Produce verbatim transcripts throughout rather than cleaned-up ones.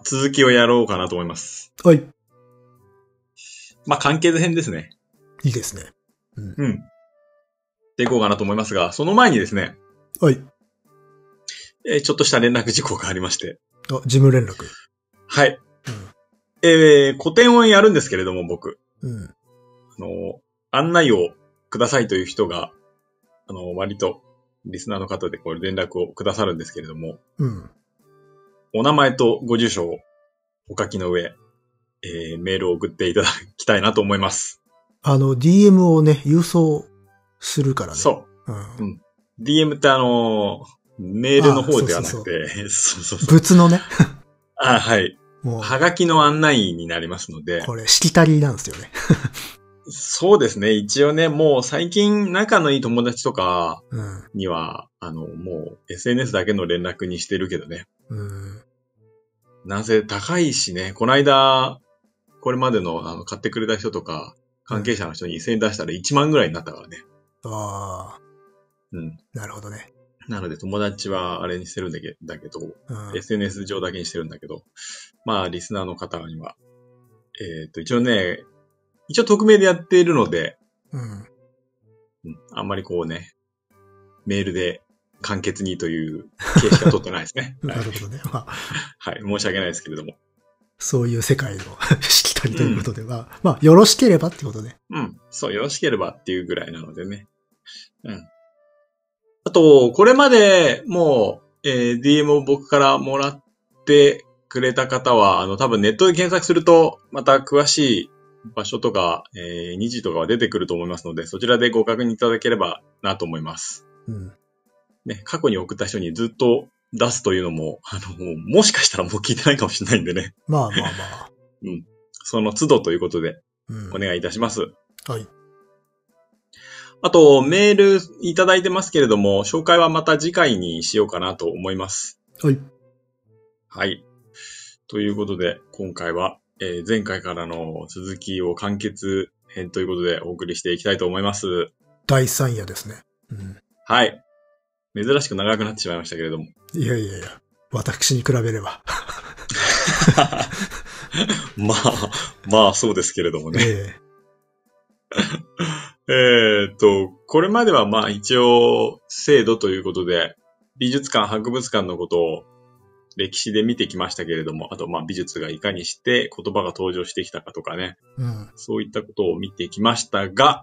続きをやろうかなと思います。 はい。 まあ、関係図編ですね。 いいですね。 うん。うん。でいこうかなと思いますが、その前にですね。 はい。 えー、ちょっとした連絡事項がありまして。 あ、事務連絡。 はい。うん、えー、個展をやるんですけれども、僕。 うん。 あの、案内をくださいという人が、あの、割と、リスナーの方でこう連絡をくださるんですけれども。 うん。 お名前とご住所をお書きの上、えー、メールを送っていただきたいなと思います。 あの、ディーエム をね、郵送するからね。 そう。うん。うん、ディーエム ってあの、メールの方ではなくて、そうそうそう。 物のね。 あ、はい。もう。はがきの案内になりますので。 これ、しきたりなんですよね。 そうですね。一応ね、もう最近仲のいい友達とかには、うん、あの、もう エスエヌエス だけの連絡にしてるけどね。うん。なぜ高いしね、この間、これまでのあの買ってくれた人とか、関係者の人にせんえん出したらいちまんぐらいになったからね。ああ。うん。なるほどね。なので友達はあれにしてるんだけだけど、うん、エスエヌエス 上だけにしてるんだけど、まあリスナーの方には、えっと、一応ね、一応匿名でやっているので、うん、うん。あんまりこうね、メールで簡潔にという形式は取ってないですね。なるほどね。はい。申し訳ないですけれども。 そういう世界のしきたりということでは、うん、まあ、よろしければってことね。 うん。そう、よろしければっていうぐらいなのでね。うん。あと、これまでもう、えー、ディーエム を僕からもらってくれた方は、あの、多分ネットで検索すると、また詳しい場所とか、えー、日時とかは出てくると思いますので、そちらでご確認いただければなと思います。うん。ね、過去に送った人にずっと出すというのも、あの、もしかしたらもう聞いてないかもしれないんでね。 まあまあまあ。 うん。その都度ということで、お願いいたします。うん、はい。あと、メールいただいてますけれども、紹介はまた次回にしようかなと思います。 はい。 はい。ということで、今回は、えー、前回からの続きを完結編ということでお送りしていきたいと思います。 だいさん夜ですね。 うん、はい。珍しく長くなってしまいましたけれども。 いやいやいや、私に比べれば。 まあ、まあそうですけれどもね。えーえっと、これまではまあ一応制度ということで、美術館、博物館のことを歴史で見てきましたけれども、あとまあ美術がいかにして言葉が登場してきたかとかね、うん、そういったことを見てきましたが、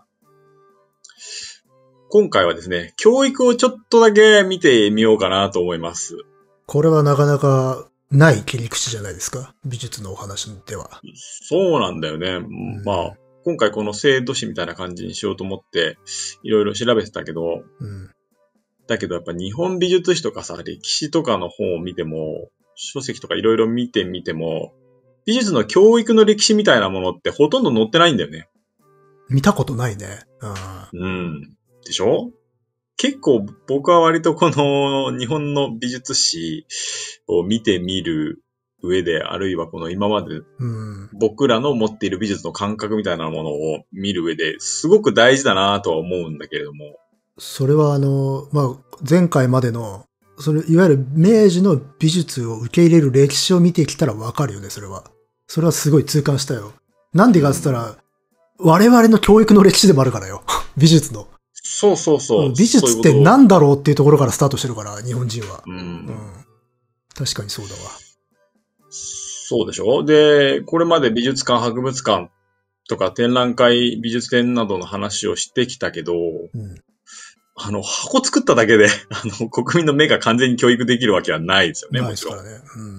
今回はですね、教育をちょっとだけ見てみようかなと思います。 これはなかなかない切り口じゃないですか、美術のお話では。 そうなんだよね。うん、まあ、今回この制度史みたいな感じにしようと思って、いろいろ調べてたけど、うん、だけどやっぱ日本美術史とかさ、歴史とかの本を見ても、書籍とかいろいろ見てみても、美術の教育の歴史みたいなものってほとんど載ってないんだよね。 見たことないね。 うん。うん。でしょ？結構僕は割とこの日本の美術史を見てみる上で、あるいはこの今まで僕らの持っている美術の感覚みたいなものを見る上ですごく大事だなとは思うんだけれども。 それはあの、まあ、前回までの、それ、いわゆる明治の美術を受け入れる歴史を見てきたらわかるよね、それは。それはすごい痛感したよ。なんでかって言ったら、うん、我々の教育の歴史でもあるからよ。美術の。 そうそうそう。 美術って何だろうっていうところからスタートしてるから、日本人は。うん。うん、確かにそうだわ。 そうでしょ？で、これまで美術館、博物館とか展覧会、美術展などの話をしてきたけど、うん、あの、箱作っただけで、あの、国民の目が完全に教育できるわけはないですよね、 ないですからね。うん。 うん、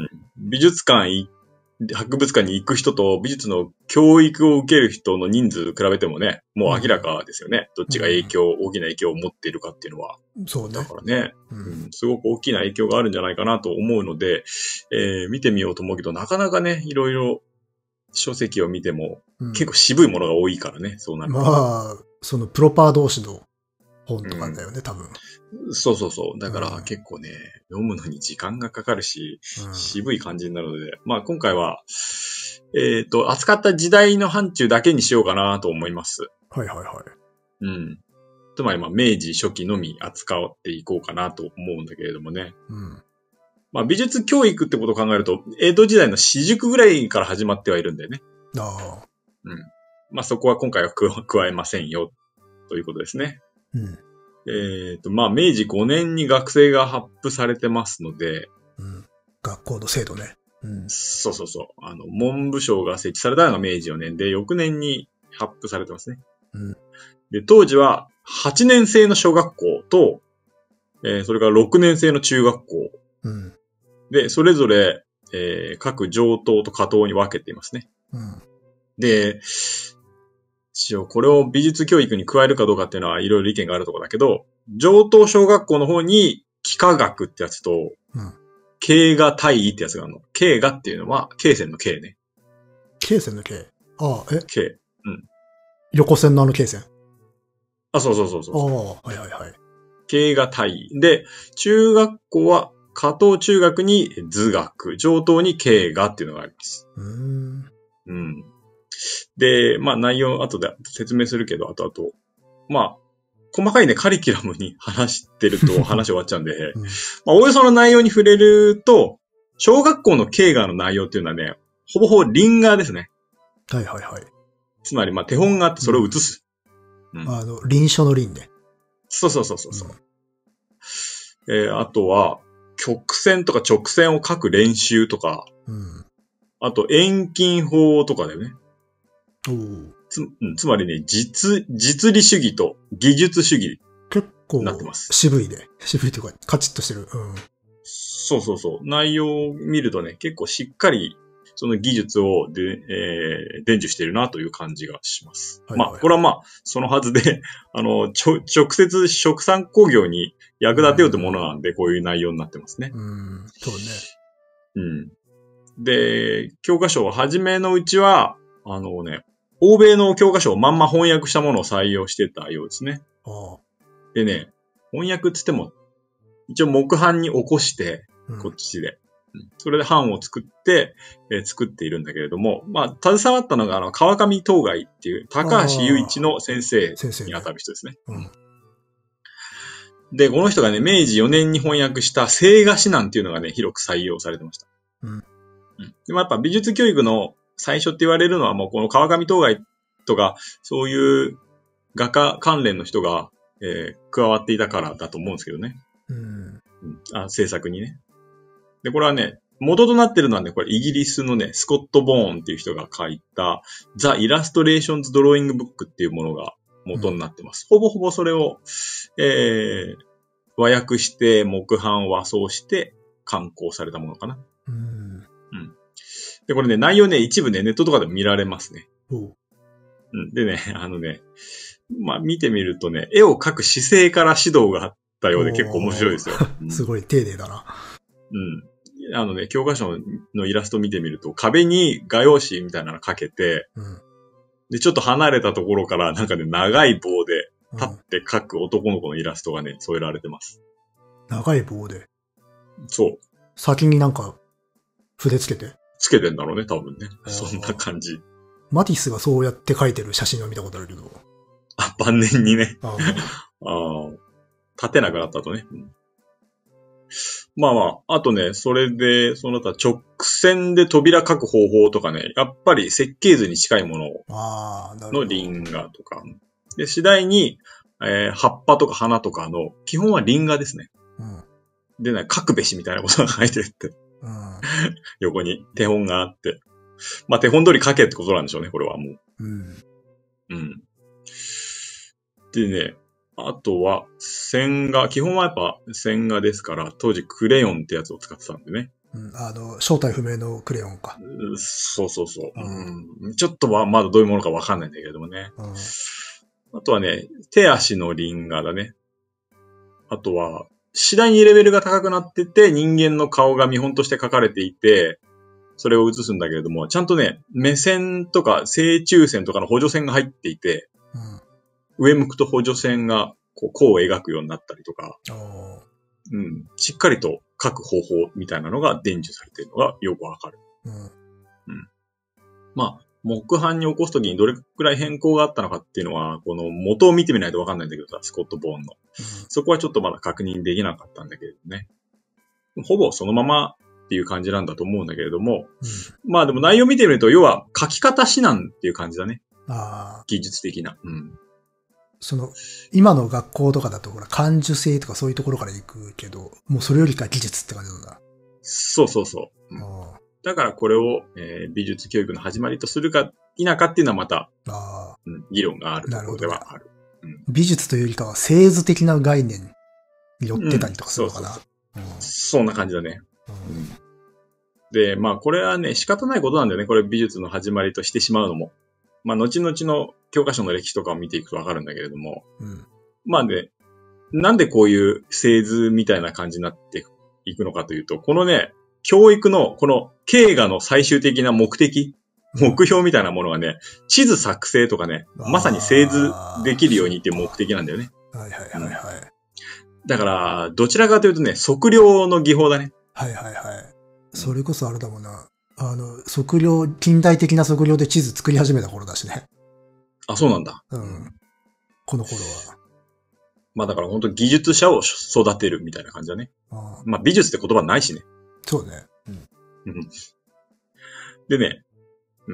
美術館、博物館に行く人と美術の教育を受ける人の人数比べてもね、もう明らかですよね。うん、どっちが影響、うん、大きな影響を持っているかっていうのは。 そうね。 だからね、うん、すごく大きな影響があるんじゃないかなと思うので、えー、見てみようと思うけど、なかなかね、いろいろ書籍を見ても、結構渋いものが多いからね、そうなると。 まあ、そのプロパー同士の本とかだよね、うん、多分。 そうそうそう。だから結構ね、うん、読むのに時間がかかるし、うん、渋い感じになるので、まあ今回は、えっと、扱った時代の範疇だけにしようかなと思います。 はいはいはい。 うん。つまりまあ明治初期のみ扱っていこうかなと思うんだけれどもね。うん。 まあ美術教育ってことを考えると、江戸時代の私塾ぐらいから始まってはいるんだよね。 ああ。 うん。まあそこは今回は加えませんよ、ということですね。 うん。 えっと、まあ明治ごねんに学生が発布されてますので、 うん。学校の制度ね。うん。 そうそうそう。あの、文部省が設置されたのが明治よねんで、翌年に発布されてますね。 うん。 で、当時ははちねん生の小学校と、えー、それからろくねん生の中学校。 うん。 で、それぞれ、えー、各上等と下等に分けていますね。 うん。 で、一応これを美術教育に加えるかどうかっていうのはいろいろ意見があるところだけど、上等小学校の方に幾何学ってやつと、うん、経画大尉ってやつがあるの。経画っていうのは、経線の経ね。 経線の経。ああ、え経。うん。 横線のあの経線。 あ、そうそうそうそう。 ああ、はいはいはい。 経画大尉。で、中学校は、下等中学に図学、上等に経画っていうのがあります。 うーん。 うん。で、まあ内容後で説明するけど、あとあと、まあ、細かいね、カリキュラムに話してると話終わっちゃうんで、うん、まあ、おおよその内容に触れると、小学校の経画の内容っていうのはね、ほぼほぼ臨画ですね。 はいはいはい。 つまり、まあ、手本があってそれを写す。 うんうん、あの、臨書の臨ね。 そうそうそうそう。うん、えー、あとは、曲線とか直線を書く練習とか、うん、あと遠近法とかだよね。 おつ, つまりね、実、実利主義と技術主義結構なってます。 渋いね。渋いというか、カチッとしてる。うん。 そうそうそう。内容を見るとね、結構しっかり、その技術をで、えー、伝授しているなという感じがします。はいはいはい、まあ、これはまあ、そのはずで、あの、ちょ、直接食産工業に役立てようというものなんで、こういう内容になってますね。 うん、そうね。 うん。で、教科書は初めのうちは、あのね、欧米の教科書をまんま翻訳したものを採用してたようですね。 ああでね、翻訳って言っても、一応木版に起こして、こっちで。うん、それで版を作って、えー、作っているんだけれども、まあ、携わったのが、あの、川上東海っていう、高橋雄一の先生にあたる人ですね。ねうん、で、この人がね、明治よねんに翻訳した清画指南っていうのがね、広く採用されてました。うんうん、でもやっぱ美術教育の最初って言われるのはもうこの川上東海とか、そういう画家関連の人が、えー、加わっていたからだと思うんですけどね。うん、あ、制作にね。で、これはね、元となってるのはね、これイギリスのね、スコット・ボーンっていう人が書いた The Illustrations Drawing Book っていうものが元になってます。うん、ほぼほぼそれを、えー、和訳して木版和装して刊行されたものかな。うん。うん。で、これね、内容ね、一部ね、ネットとかでも見られますね。うん。でね、あのね、まあ見てみるとね、絵を描く姿勢から指導があったようで結構面白いですよ。 うん、すごい丁寧だな。 うん。あのね、教科書のイラスト見てみると、壁に画用紙みたいなの描けて、うん、で、ちょっと離れたところからなんかね、長い棒で立って描く男の子のイラストがね、添えられてます。 長い棒でそう。 先になんか、筆つけてつけてんだろうね、多分ね。そんな感じ。 マティスがそうやって描いてる写真を見たことあるけど。 あ、晩年にね。ああ。立てなくなったとね。うんまあまあ、あとね、それで、その他直線で扉書く方法とかね、やっぱり設計図に近いものの輪画とか。で、次第に、えー、葉っぱとか花とかの、基本は輪画ですね。うん、でね、書くべしみたいなことが書いてるって。うん、横に手本があって。まあ手本通り書けってことなんでしょうね、これはもう。うん。うん。でね、あとは、線画。基本はやっぱ線画ですから、当時クレヨンってやつを使ってたんでね。 うん、あの、正体不明のクレヨンか。 そうそうそう。うん、ちょっとはまだどういうものかわかんないんだけれどもね。うん、あとはね、手足の輪画だね。あとは、次第にレベルが高くなってて、人間の顔が見本として描かれていて、それを写すんだけれども、ちゃんとね、目線とか正中線とかの補助線が入っていて、うん上向くと補助線がこう、弧を描くようになったりとか、うん、しっかりと書く方法みたいなのが伝授されているのがよくわかる。うんうん、まあ、木版に起こすときにどれくらい変更があったのかっていうのは、この元を見てみないとわかんないんだけどさ、スコット・ボーンの、うん。そこはちょっとまだ確認できなかったんだけどね。 ほぼそのままっていう感じなんだと思うんだけれども、うん、まあでも内容見てみると、要は書き方指南っていう感じだね。ああ。技術的な。うん。 その、今の学校とかだと、ほら、感受性とかそういうところから行くけど、もうそれよりか技術って感じなんだ。 そうそうそう。うん、だからこれを、えー、美術教育の始まりとするか否かっていうのはまた、あうん、議論があるところではある。 うん、美術というよりかは、製図的な概念に寄ってたりとかするのかな。うん、そうそうそう、うん、そんな感じだね。うんうん、で、まあこれはね、仕方ないことなんだよね。これ美術の始まりとしてしまうのも。まあ後々の教科書の歴史とかを見ていくとわかるんだけれども。うん、まあね、なんでこういう製図みたいな感じになっていくのかというと、このね、教育のこの経画の最終的な目的、目標みたいなものがね、地図作成とかね、まさに製図できるようにっていう目的なんだよね。 はいはいはいはい。 だから、どちらかというとね、測量の技法だね。 はいはいはい。それこそあれだもんな。あの、測量、近代的な測量で地図作り始めた頃だしね。 あ、そうなんだ。 うん。この頃は。 まあだから本当技術者を育てるみたいな感じだね。あまあ美術って言葉ないしね。 そうね。うん。でね、うん、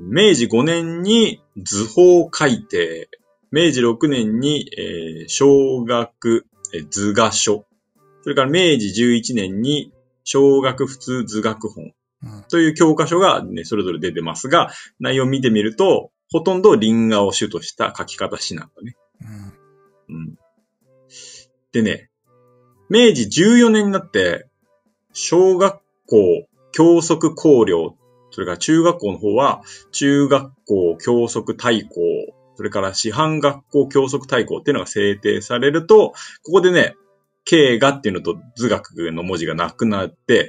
明治ごねんに図法改定、明治ろくねんに、えー、小学、えー、図画書、それから明治じゅういちねんに小学普通図学本という教科書が、ね、それぞれ出てますが、内容を見てみると、ほとんど輪画を主とした書き方指南だね。うんうん、でね、明治じゅうよねんになって、小学校教則綱領、それから中学校の方は、中学校教則大綱、それから師範学校教則大綱っていうのが制定されると、ここでね、経画っていうのと図学の文字がなくなって、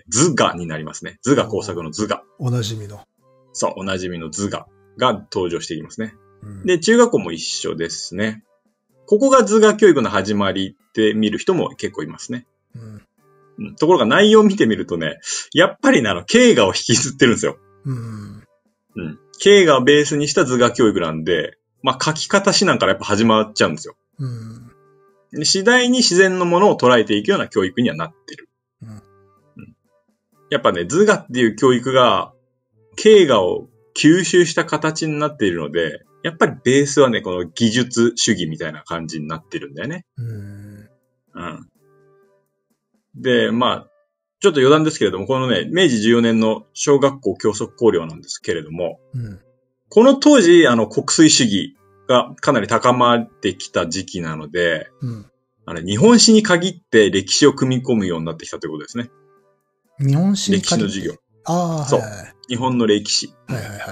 図画になりますね。図画工作の図画。 おなじみの。 そう、おなじみの図画が登場していきますね。うん、で、中学校も一緒ですね。ここが図画教育の始まりって見る人も結構いますね。うん、ところが内容を見てみるとね、やっぱりね、あの、経画を引きずってるんですよ。うん。うん。経画をベースにした図画教育なんで、まあ、書き方指南からやっぱ始まっちゃうんですよ。うん。で、次第に自然のものを捉えていくような教育にはなってる。うん。うん、やっぱね、図画っていう教育が、経画を吸収した形になっているので、やっぱりベースはね、この技術主義みたいな感じになってるんだよね。うん。うん。で、まあ、ちょっと余談ですけれども、このね、明治じゅうよねんの小学校教則綱領なんですけれども、うん、この当時、あの、国粋主義がかなり高まってきた時期なので、うん、あの日本史に限って歴史を組み込むようになってきたということですね。 日本史に限って歴史の授業。 ああ、 そう、 はいはい。 日本の歴史。 はいはいはい。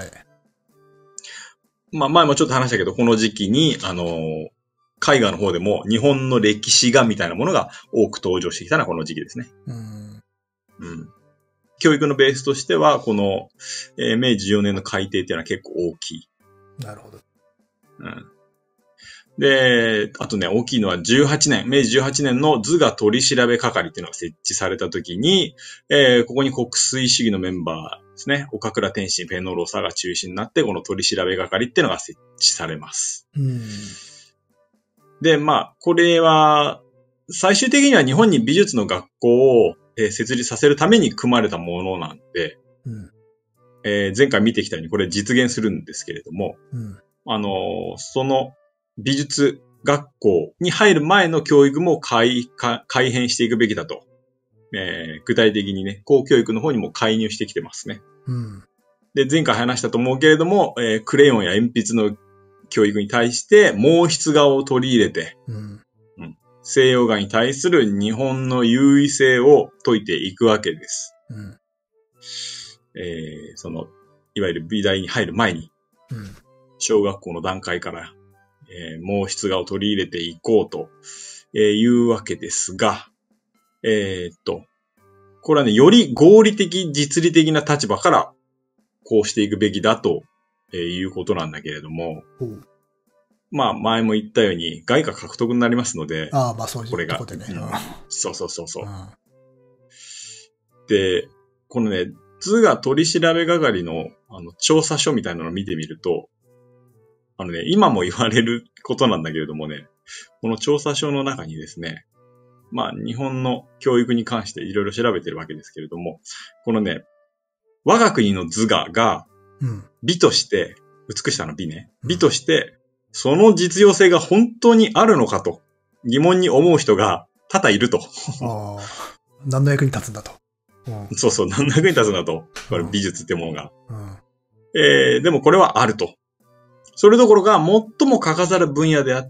まあ、前もちょっと話したけど、この時期に、あのー、絵画の方でも日本の歴史画みたいなものが多く登場してきたのはこの時期ですね。うんうん、教育のベースとしては、この、えー、明治じゅうよねんの改定っていうのは結構大きい。 なるほど。 うん、で、あとね、大きいのはじゅうはちねん、明治じゅうはちねんの図画取調べ係っていうのが設置されたときに、えー、ここに国粋主義のメンバーですね、岡倉天心、ペノロサが中心になって、この取調べ係っていうのが設置されます。うんで、まあ、これは、最終的には日本に美術の学校を設立させるために組まれたものなんで、うんえー、前回見てきたようにこれ実現するんですけれども、うん、あのー、その美術学校に入る前の教育も改、改変していくべきだと、えー、具体的にね、公教育の方にも介入してきてますね。うん、で、前回話したと思うけれども、えー、クレヨンや鉛筆の教育に対して毛筆画を取り入れて、うんうん、西洋画に対する日本の優位性を説いていくわけです。うんえー、その、いわゆる美大に入る前に、うん、小学校の段階から、えー、毛筆画を取り入れていこうと、えー、いうわけですが、えー、っと、これはね、より合理的、実利的な立場から、こうしていくべきだと、えー、いうことなんだけれども、うん、まあ前も言ったように外貨獲得になりますので、 ああまあそういうとこでね、 うん。そうそうそうそう。うん、で、このね、図画取調べ係のあの調査書みたいなのを見てみると、あのね、今も言われることなんだけれどもね、この調査書の中にですね、 まあ日本の教育に関していろいろ調べてるわけですけれども、このね、我が国の図画が美として、美しさの美ね、美として、その実用性が本当にあるのかと疑問に思う人が多々いると。 ああ、何の役に立つんだと。 うん、そうそう、何の役に立つんだと。これ美術ってものが。うんえー、でもこれはあると。それどころが最も欠かされる分野であって、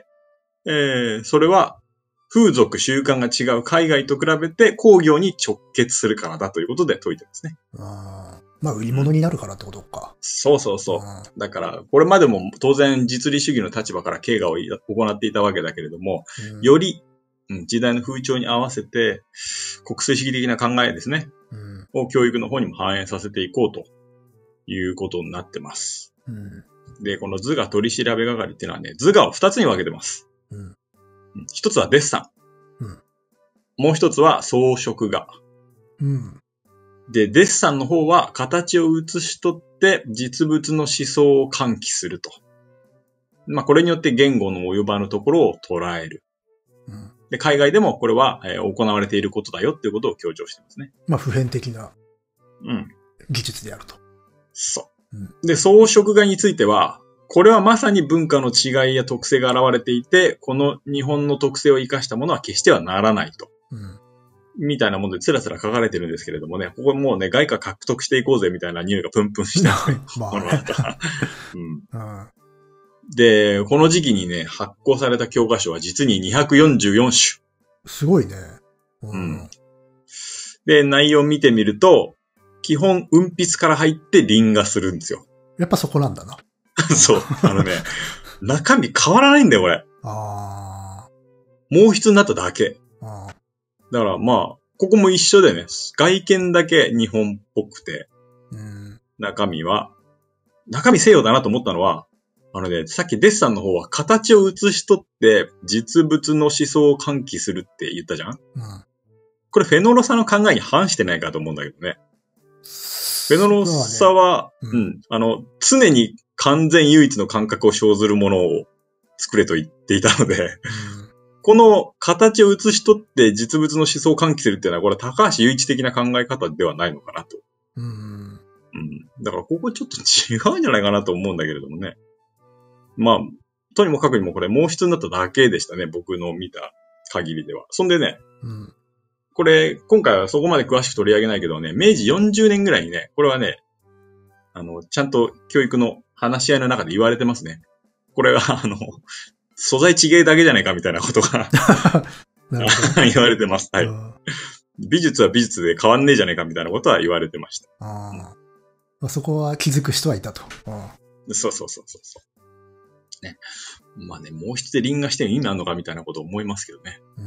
えー、それは風俗習慣が違う海外と比べて工業に直結するからだということで説いてますね。 あまあ売り物になるからってことか。 うん、そうそうそう。だからこれまでも当然実利主義の立場から経過を行っていたわけだけれども、うん、より時代の風潮に合わせて国粋主義的な考えですね、うん、を教育の方にも反映させていこうということになってます。うん、で、この図画取り調べ係っていうのはね、図画を二つに分けてます。うん、一つはデッサン。うん、もう一つは装飾画。うん、で、デッサンの方は形を写し取って実物の思想を喚起すると。まあこれによって言語の及ばぬところを捉える。うんで、海外でもこれは、えー、行われていることだよっていうことを強調してますね。 まあ普遍的な技術であると。うん、 そう、うん。で、装飾画については、これはまさに文化の違いや特性が現れていて、この日本の特性を生かしたものは決してはならないと。うん、みたいなものでつらつら書かれてるんですけれどもね、ここもうね、外貨獲得していこうぜみたいな匂いがプンプンしてまあ、うんうんで、この時期にね、発行された教科書は実ににひゃくよんじゅうよんしゅ。 すごいね。 うん。で、内容を見てみると、基本、運筆から入って輪画するんですよ。 やっぱそこなんだな。 そう。あのね、中身変わらないんだよ、これ。あ毛筆になっただけ。あだからまあ、ここも一緒でね、外見だけ日本っぽくて、うん、中身は、中身西洋だなと思ったのは、あのね、さっきデッサンの方は形を写し取って実物の思想を喚起するって言ったじゃん、うん、これフェノロサの考えに反してないかと思うんだけどね。フェノロサは、うね、うん、うん、あの、常に完全唯一の感覚を生ずるものを作れと言っていたので、うん、この形を写し取って実物の思想を喚起するっていうのは、これは高橋雄一的な考え方ではないのかなと。うん、うん、だからここちょっと違うんじゃないかなと思うんだけれどもね。まあ、とにもかくにもこれ毛筆になっただけでしたね。僕の見た限りでは。そんでね、うん、これ、今回はそこまで詳しく取り上げないけどね、明治よんじゅうねんぐらいにね、これはね、あの、ちゃんと教育の話し合いの中で言われてますね。これは、あの、素材違えだけじゃないかみたいなことが言われてます。はい。美術は美術で変わんねえじゃねえかみたいなことは言われてました。あうんまあ、そこは気づく人はいたと。 そうそうそうそうそう。ね。まあね、毛筆で輪画して意味あるのかみたいなことを思いますけどね。 うん、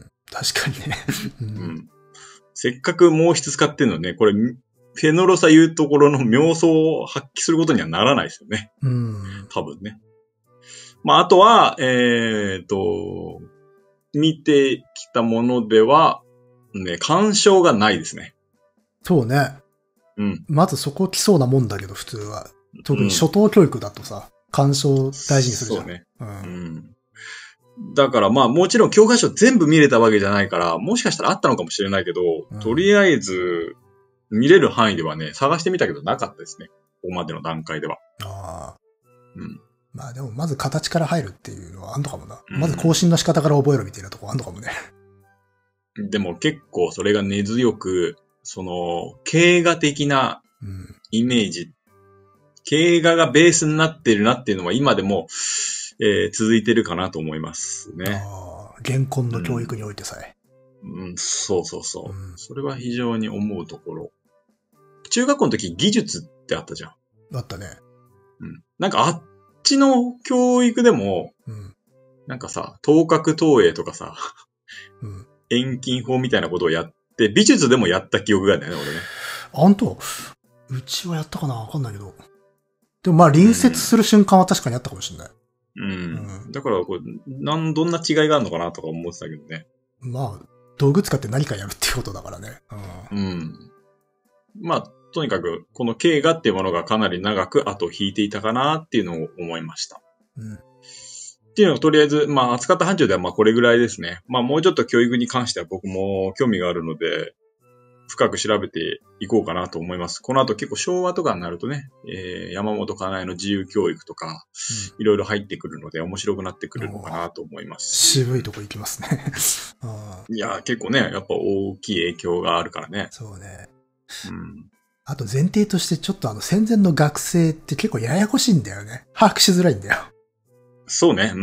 確かにね、 うん。せっかく毛筆使ってるのね、これ、フェノロサ言うところの妙想を発揮することにはならないですよね。うん。多分ね。まあ、あとは、えーと、見てきたものでは、ね、干渉がないですね。 そうね。うん。まずそこ来そうなもんだけど、普通は。特に初等教育だとさ、うん干渉大事にするじゃん。そうね。うん。 うん、だからまあもちろん教科書全部見れたわけじゃないから、もしかしたらあったのかもしれないけど、うん、とりあえず見れる範囲ではね、探してみたけどなかったですね。ここまでの段階では。ああ。 うん。まあでもまず形から入るっていうのはあんのかもな。うん、まず更新の仕方から覚えろみたいなとこあんのかもね。 でも結構それが根強く、その、経画的なイメージ、うん経画がベースになってるなっていうのは今でも、えー、続いてるかなと思いますね。 ああ、現今の教育においてさえ。 うん、うん、そうそうそう、うん。それは非常に思うところ。中学校の時技術ってあったじゃん。 あったね。 うん。なんかあっちの教育でも、うん、なんかさ、等角投影とかさ、うん、遠近法みたいなことをやって、美術でもやった記憶があるんだよね、俺ね。 あんと、うちはやったかなわかんないけど。でもまあ隣接する瞬間は確かにあったかもしれない。 うん。うん、だからこれ、なん、どんな違いがあるのかなとか思ってたけどね。 まあ、道具使って何かやるっていうことだからね。 うん。うん、まあ、とにかく、この経画っていうものがかなり長く後を引いていたかなっていうのを思いました。うん。 っていうのがとりあえず、まあ扱った範疇ではまあこれぐらいですね。まあもうちょっと教育に関しては僕も興味があるので、深く調べていこうかなと思います。この後結構昭和とかになるとね、えー、山本かなえの自由教育とか、いろいろ入ってくるので面白くなってくるのかなと思います。 渋いとこ行きますね。 あいや、結構ね、やっぱ大きい影響があるからね。 そうね。 うん。 あと前提としてちょっとあの戦前の学生って結構ややこしいんだよね。把握しづらいんだよ。 そうね。うん。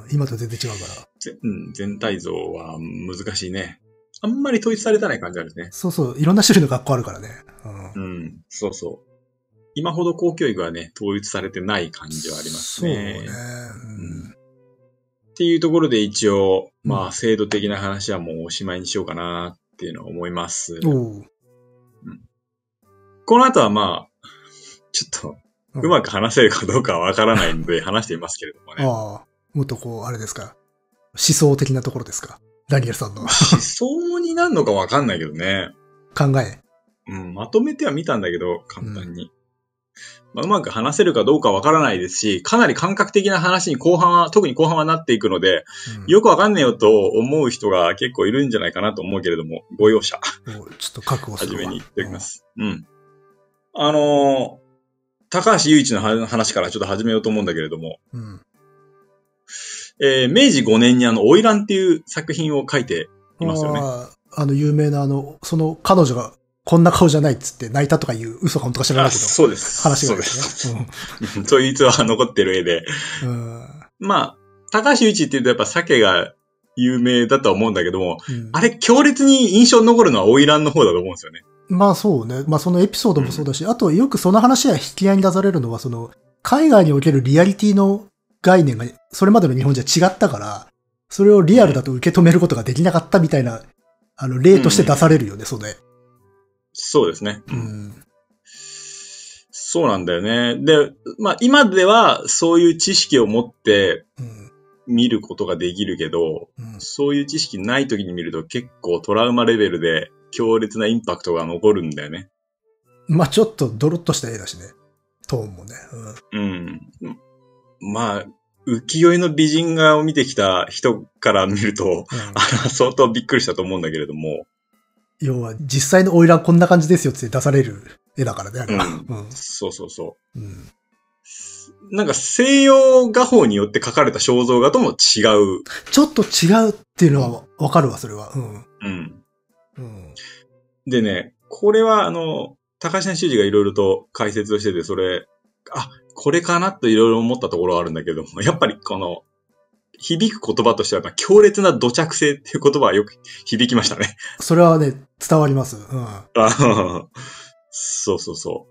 うん、今と全然違うから。 うん、全体像は難しいね。あんまり統一されてない感じあるね。 そうそう、いろんな種類の学校あるからね。 うん、うん、そうそう。今ほど公教育はね、統一されてない感じはありますね。 そうね。うん、 っていうところで一応、まあ、制度的な話はもうおしまいにしようかなっていうのは思います。 おうん、この後はまあ、ちょっと、うまく話せるかどうかはわからないので話していますけれどもね。 ああ、もっとこう、あれですか。思想的なところですか。ダニエルさんの。思想になるのかわかんないけどね。 考え。 うん、まとめては見たんだけど、簡単に。うんまあ、うまく話せるかどうかわからないですし、かなり感覚的な話に後半は、特に後半はなっていくので、うん、よくわかんねえよと思う人が結構いるんじゃないかなと思うけれども、ご容赦。 ちょっと覚悟するわ。 初めに言っておきます。うん。うん、あのー、高橋雄一の話からちょっと始めようと思うんだけれども、うんえー、明治ごねんにあの、花魁っていう作品を書いていますよね。 あ, あの、有名なあの、その彼女がこんな顔じゃないっつって泣いたとかいう嘘か本当か知らないけど。 そうです。 話が、 ね、そうです。うん、そういう逸話が残ってる絵で。うん、まあ、高橋雄一って言うとやっぱ鮭が有名だとは思うんだけども、うん、あれ強烈に印象に残るのは花魁の方だと思うんですよね。 まあそうね。まあそのエピソードもそうだし、うん、あとよくその話は引き合いに出されるのは、その、海外におけるリアリティの概念がそれまでの日本じゃ違ったから、それをリアルだと受け止めることができなかったみたいな、あの、例として出されるよね、うん、それ。 そうですね。うん。そうなんだよね。で、まあ今ではそういう知識を持って見ることができるけど、うん、そういう知識ない時に見ると結構トラウマレベルで強烈なインパクトが残るんだよね。 まあちょっとドロッとした絵だしね。トーンもね。 うん。うん、まあ、浮世絵の美人画を見てきた人から見ると、うん、あの相当びっくりしたと思うんだけれども。 要は実際の花魁こんな感じですよって出される絵だからね。 うんうん、そうそうそう。うん、なんか西洋画法によって描かれた肖像画とも違う。 ちょっと違うっていうのはわかるわ、それは。うん。うん。 うん、でね、これはあの、高橋修司がいろいろと解説をしてて、それ、あ、これかなといろいろ思ったところはあるんだけども、やっぱりこの、響く言葉としては、強烈な土着性っていう言葉はよく響きましたね。 それはね、伝わります。うん。 あそうそうそう。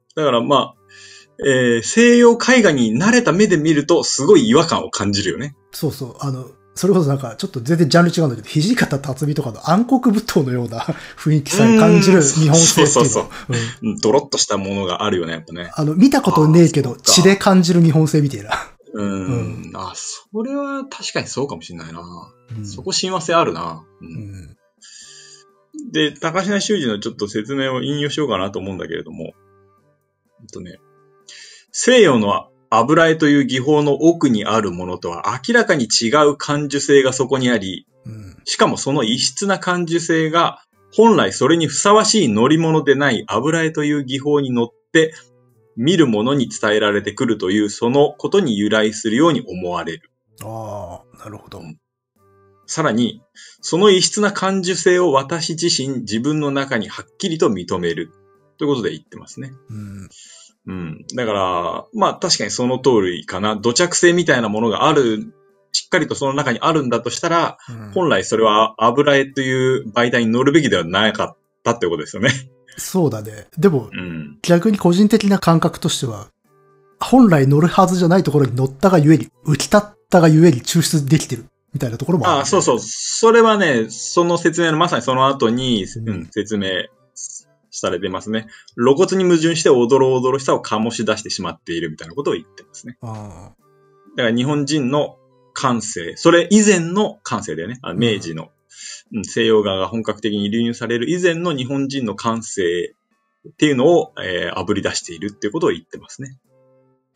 だからまあ、えー、西洋絵画に慣れた目で見ると、すごい違和感を感じるよね。 そうそう。あの、それこそなんか、ちょっと全然ジャンル違うんだけど、土方辰巳とかの暗黒舞踏のような雰囲気さえ感じる日本製っていうの。そうそうそう。 うん、ドロッとしたものがあるよね、やっぱね。 あの、見たことねえけど、血で感じる日本製みたいな。 うん。うん、あ、それは確かにそうかもしれないな。うん、そこ親和性あるな。うん。うん、で、高階修司のちょっと説明を引用しようかなと思うんだけれども。えっとね、西洋の油絵という技法の奥にあるものとは明らかに違う感受性がそこにあり、うん、しかもその異質な感受性が本来それにふさわしい乗り物でない油絵という技法に乗って見るものに伝えられてくるというそのことに由来するように思われる。 ああ、なるほど。 さらに、その異質な感受性を私自身自分の中にはっきりと認めるということで言ってますね。うんうん。だから、まあ確かにその通りかな。土着性みたいなものがある、しっかりとその中にあるんだとしたら、うん、本来それは油絵という媒体に乗るべきではなかったってことですよね。 そうだね。でも、うん、逆に個人的な感覚としては、本来乗るはずじゃないところに乗ったがゆえに、浮き立ったがゆえに抽出できてるみたいなところもある、ね。 ああ、そうそう。それはね、その説明のまさにその後に、うんうん、説明。されてますね。露骨に矛盾しておどろおどろしさを醸し出してしまっているみたいなことを言ってますね。あだから日本人の感性、それ以前の感性だよね。あ明治の、うん、西洋画が本格的に流入される以前の日本人の感性っていうのを、えー、炙り出しているっていうことを言ってますね。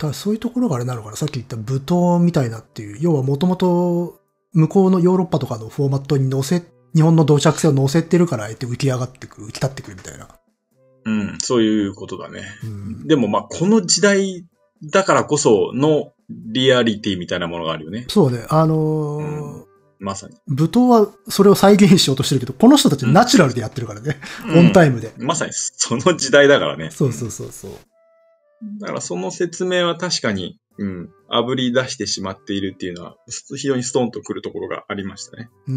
ただそういうところがあれなのかな、さっき言った舞踏みたいなっていう、要はもともと向こうのヨーロッパとかのフォーマットに乗せ、日本の同着性を乗せてるから、あえて浮き上がってくる、浮き立ってくるみたいな。 うん、そういうことだね。うん、でもまあ、この時代だからこそのリアリティみたいなものがあるよね。 そうね、あのー、うんまさに。 舞踏はそれを再現しようとしてるけど、この人たちナチュラルでやってるからね。うん、オンタイムで、 うん。まさにその時代だからね。 そうそうそうそう。 だからその説明は確かに、うん、炙り出してしまっているっていうのは、非常にストーンとくるところがありましたね。 うん。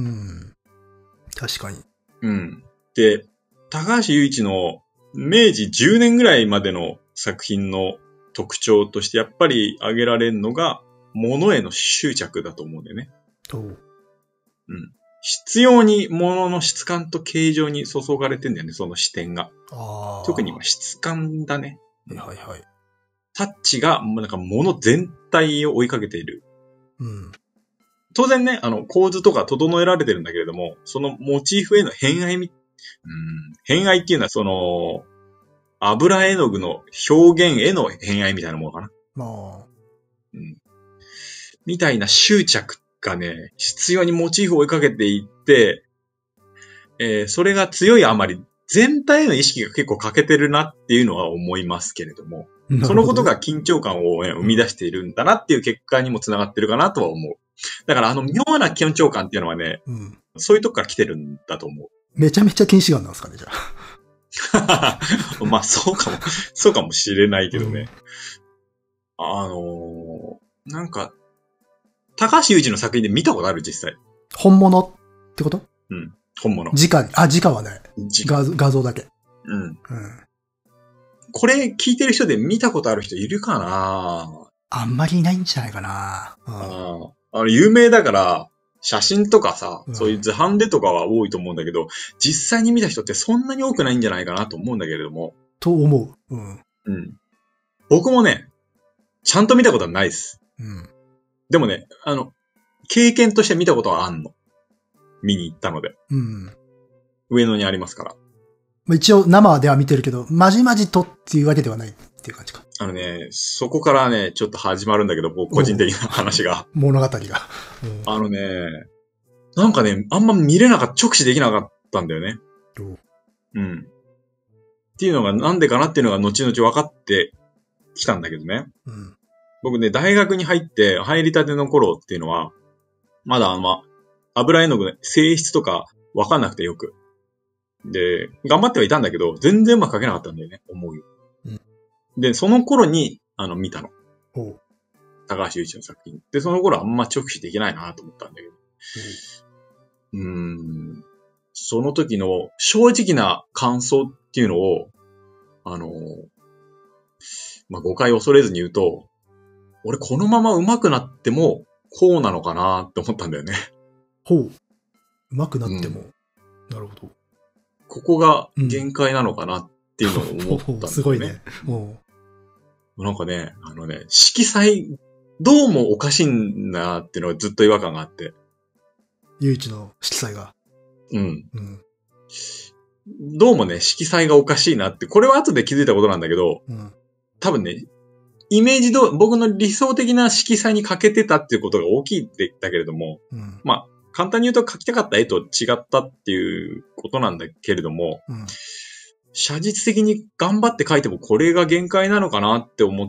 確かに。 うん。で、高橋由一の明治じゅうねんぐらいまでの作品の特徴としてやっぱり挙げられるのが、物への執着だと思うんだよね。うん。必要に物の質感と形状に注がれてんだよね、その視点が。 あ特に質感だね。 はいはい。 タッチが、なんか物全体を追いかけている。 うん。 当然ね、あの、構図とか整えられてるんだけれども、そのモチーフへの偏愛み、うん、偏愛っていうのはその、油絵の具の表現への偏愛みたいなものかな。 まあ。 うん。みたいな執着がね、必要にモチーフを追いかけていって、えー、それが強いあまり、全体への意識が結構欠けてるなっていうのは思いますけれども、どそのことが緊張感を、ね、生み出しているんだなっていう結果にもつながってるかなとは思う。だからあの妙な緊張感っていうのはね、うん、そういうとこから来てるんだと思う。 めちゃめちゃ近視眼なんですかね、じゃあ。まあそうかも、そうかもしれないけどね。うん、あのー、なんか、高橋由一の作品で見たことある実際。 本物ってこと？ うん。本物。 直に。あ、直はね。画, 画像だけ。 うん。うん。これ聞いてる人で見たことある人いるかな？ あんまりいないんじゃないかな。 うん、ああの、有名だから、写真とかさ、うん、そういう図版でとかは多いと思うんだけど、実際に見た人ってそんなに多くないんじゃないかなと思うんだけれども。 と思う。うん。 うん。僕もね、ちゃんと見たことはないです。うん。でもね、あの、経験として見たことはあんの。見に行ったので。うん。上野にありますから。 一応生では見てるけど、まじまじとっていうわけではないっていう感じか。 あのね、そこからね、ちょっと始まるんだけど、僕個人的な話が。 物語が、うん。 あのね、なんかね、あんま見れなかった、直視できなかったんだよね。うん。っていうのがなんでかなっていうのが後々分かってきたんだけどね。うん、僕ね、大学に入って入りたての頃っていうのは、まだあの、油絵の具の性質とか分かんなくてよく。で、頑張ってはいたんだけど、全然うまく描けなかったんだよね、思うよ。うん、で、その頃に、あの、見たの。高橋由一の作品。で、その頃あんま直視できないなと思ったんだけど。うーん。その時の正直な感想っていうのを、あの、まあ、誤解を恐れずに言うと、俺このまま上手くなっても、こうなのかなって思ったんだよね。 ほう。上手くなっても。うん、なるほど。 ここが限界なのかなっていうのを思ったんだよね。 すごいね。もうなんかね、あのね、色彩、どうもおかしいんだなっていうのがずっと違和感があって。 唯一の色彩が。 うん。うん。どうもね、色彩がおかしいなって、これは後で気づいたことなんだけど、うん、多分ね、イメージど、僕の理想的な色彩に欠けてたっていうことが大きいって言ったけれども、うん、まあ、簡単に言うと描きたかった絵と違ったっていうことなんだけれども、うん、写実的に頑張って描いてもこれが限界なのかなって思って、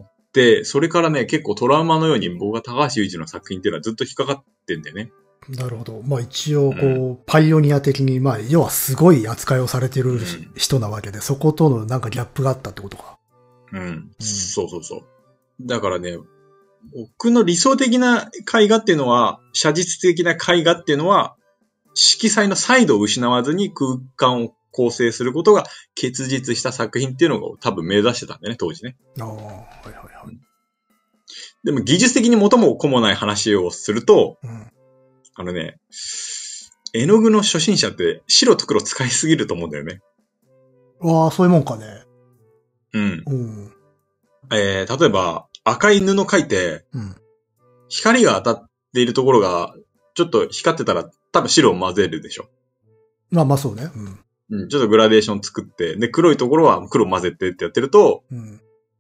それからね、結構トラウマのように僕が高橋由一の作品っていうのはずっと引っかかってんだよね。 なるほど。まあ一応、こう、うん、パイオニア的に、まあ、要はすごい扱いをされてる人なわけで、うん、そことのなんかギャップがあったってことか。 うん。うん、そうそうそう。だからね、僕の理想的な絵画っていうのは、写実的な絵画っていうのは、色彩の彩度を失わずに空間を構成することが結実した作品っていうのを多分目指してたんだよね、当時ね。ああ、はいはいはい。でも技術的に元も子もない話をすると、うん、あのね、絵の具の初心者って白と黒使いすぎると思うんだよね。 ああ、そういうもんかね。 うん。うんえー、例えば、赤い布描いて、うん、光が当たっているところが、ちょっと光ってたら、多分白を混ぜるでしょ。 まあまあそうね。 うん。うん、ちょっとグラデーション作って、で、黒いところは黒混ぜてってやってると、うん、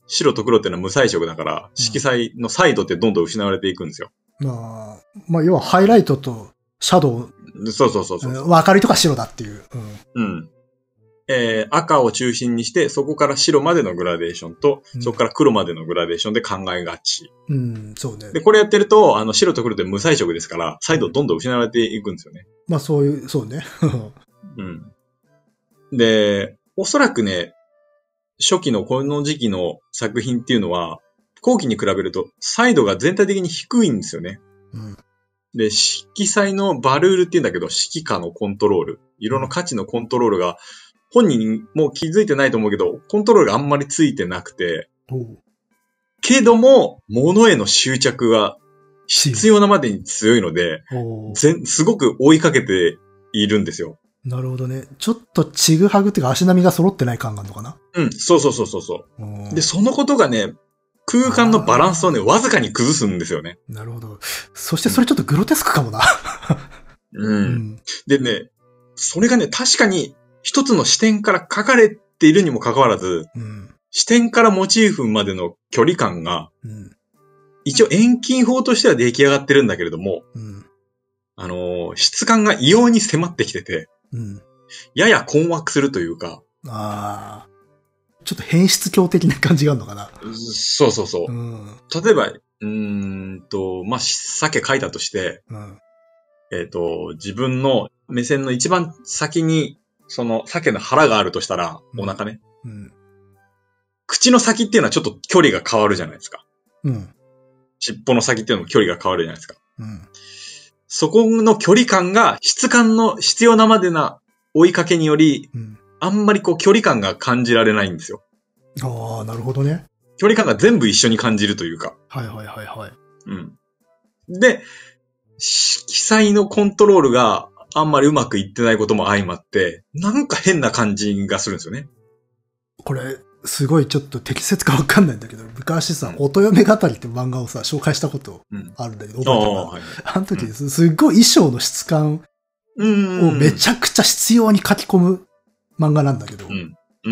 白と黒ってのは無彩色だから、色彩のサイドってどんどん失われていくんですよ。 まあ、まあ、要はハイライトとシャドウ。 そうそうそうそう。 明るいとか白だっていう。 うん。うんえー、赤を中心にして、そこから白までのグラデーションと、うん、そこから黒までのグラデーションで考えがち。 うん、そうね。 で、これやってると、あの、白と黒って無彩色ですから、サイドどんどん失われていくんですよね。 まあ、そういう、そうね。 うん。で、おそらくね、初期のこの時期の作品っていうのは、後期に比べると、サイドが全体的に低いんですよね。うん。で、色彩のバルールって言うんだけど、色価のコントロール、色の価値のコントロールが、本人も気づいてないと思うけど、コントロールがあんまりついてなくて、けども、物への執着が必要なまでに強いので、すごく追いかけているんですよ。 なるほどね。ちょっとちぐはぐっていうか足並みが揃ってない感があるのかな？ うん、そうそうそうそうそう。で、そのことがね、空間のバランスをね、わずかに崩すんですよね。 なるほど。そしてそれちょっとグロテスクかもな。 うん、うん。でね、それがね、確かに一つの視点から書かれているにもかかわらず、うん、視点からモチーフまでの距離感が、うん、一応遠近法としては出来上がってるんだけれども、うん、あのー、質感が異様に迫ってきてて、うん、やや困惑するというか、 あちょっと変質狂的な感じがあるのかな。 そうそうそう。うん、例えば、うーんと、まあ、鮭描いたとして、うん、えっと、自分の目線の一番先に、その鮭の腹があるとしたら、お腹ね、うんうん。口の先っていうのはちょっと距離が変わるじゃないですか。うん、尻尾の先っていうのも距離が変わるじゃないですか。うん、そこの距離感が質感の必要なまでな追いかけにより、うんあんまりこう距離感が感じられないんですよ。 ああ、なるほどね。 距離感が全部一緒に感じるというか。 はいはいはいはい。 うん。で、色彩のコントロールがあんまりうまくいってないことも相まって、なんか変な感じがするんですよね。 これ、すごいちょっと適切かわかんないんだけど、昔さ、うん、音嫁語りって漫画をさ、紹介したことあるんだけど、うん、覚えてるかな、はい、あの時、うん、すっごい衣装の質感をめちゃくちゃ必要に書き込む漫画なんだけど、うんうん、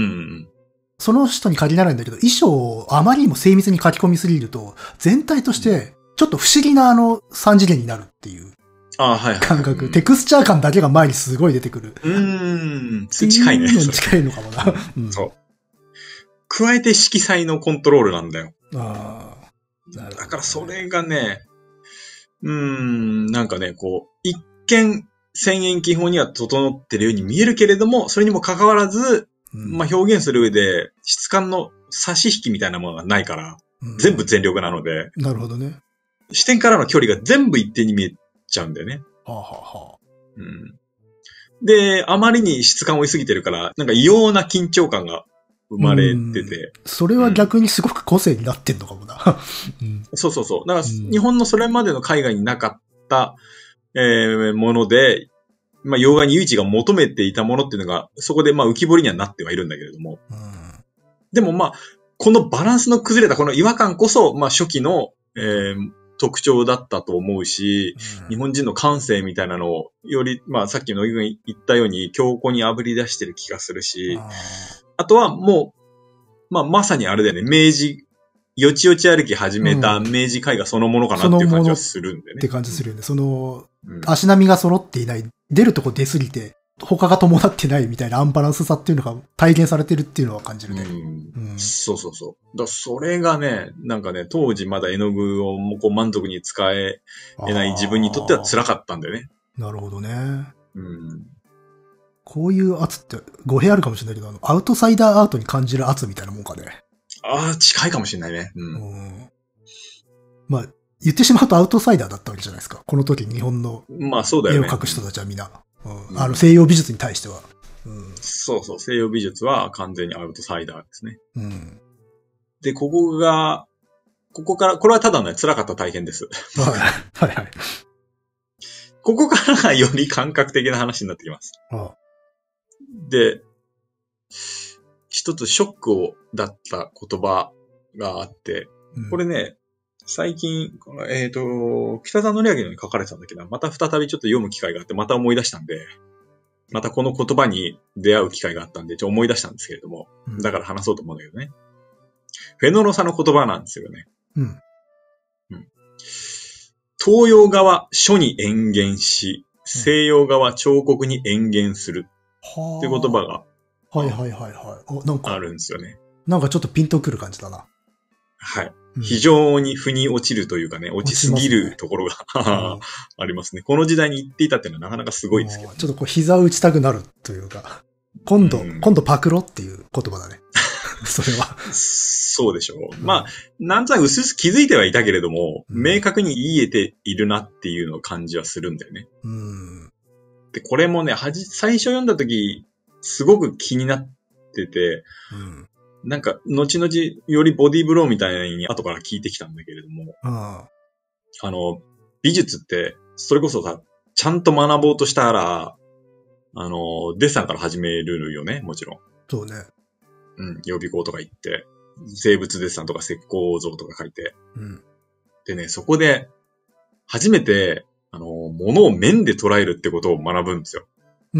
その人に限らないんだけど、衣装をあまりにも精密に書き込みすぎると、全体としてちょっと不思議なあの三次元になるっていう感覚、テクスチャー感だけが前にすごい出てくる。 うーん、近いね。 近いのかもな。 うん、そう。加えて色彩のコントロールなんだよ。ああ、なるほどね。だからそれがね、うーん、なんかね、こう、一見、線円記法には整ってるように見えるけれども、それにもかかわらず、うん、まあ表現する上で質感の差し引きみたいなものがないから、うん、全部全力なので。 なるほどね。 視点からの距離が全部一定に見えちゃうんだよね。 はあはあはあうん、で、あまりに質感を追いすぎてるから、なんか異様な緊張感が生まれてて。 それは逆にすごく個性になってんのかもな。 うん、そうそうそう。だから、日本のそれまでの海外になかった、えー、もので、まあ、洋画に唯一が求めていたものっていうのが、そこでまあ浮き彫りにはなってはいるんだけれども。うん、でもまあ、このバランスの崩れたこの違和感こそ、まあ初期の、えー、特徴だったと思うし、うん、日本人の感性みたいなのを、より、まあさっきの言ったように強固に炙り出してる気がするし、あ, あとはもう、まあまさにあれだよね、明治、よちよち歩き始めた明治絵画そのものかなっていう感じはするんでね。 って感じするよね。その、うん、足並みが揃っていない、出るとこ出すぎて、他が伴ってないみたいなアンバランスさっていうのが体現されてるっていうのは感じるね。 うんうん、そうそうそう。だそれがね、なんかね、当時まだ絵の具をこう満足に使えない自分にとっては辛かったんだよね。 なるほどね。うん、こういう圧って語弊あるかもしれないけど、あのアウトサイダーアートに感じる圧みたいなもんかね。 ああ、近いかもしれないね。うん。うん、 まあ、言ってしまうとアウトサイダーだったわけじゃないですか。この時日本のまあそうだよね。 絵を描く人たちはみんな。うんうん、あの西洋美術に対しては、 うん。そうそう、西洋美術は完全にアウトサイダーですね。うん、で、ここが、ここから、これはただの辛かった体験です。 はいはいはい。 ここからがより感覚的な話になってきます。ああで、一つショックをだった言葉があって、うん、これね、最近、えっ、ー、と、北澤典明に書かれてたんだけど、また再びちょっと読む機会があって、また思い出したんで、またこの言葉に出会う機会があったんで、ちょっと思い出したんですけれども、うん、だから話そうと思うんだけどね。 フェノロサの言葉なんですよね。 うん。 うん。東洋画書に演言し、西洋画彫刻に演言する。はっていう言葉が。 はいはいはいはい。お、なんか。 あるんですよね。 なんかちょっとピンとくる感じだな。 はい。うん、非常に腑に落ちるというかね、落ちすぎるところが、ね、ありますね。この時代に言っていたっていうのはなかなかすごいですけど、ね。 ちょっとこう膝を打ちたくなるというか、今度、うん、今度パクロっていう言葉だね。それは。 そうでしょう。うん、まあ、なんとなく薄々気づいてはいたけれども、うん、明確に言えているなっていうのを感じはするんだよね。うん、で、これもね、はじ、最初読んだ時、すごく気になってて、うんなんか、後々、よりボディーブローみたいに後から聞いてきたんだけれども、あ, あの、美術って、それこそさ、ちゃんと学ぼうとしたら、あの、デッサンから始めるよね、もちろん。 そうね。 うん、予備校とか行って、生物デッサンとか石膏像とか書いて。うん、でね、そこで、初めて、あの、物を面で捉えるってことを学ぶんですよ。うん。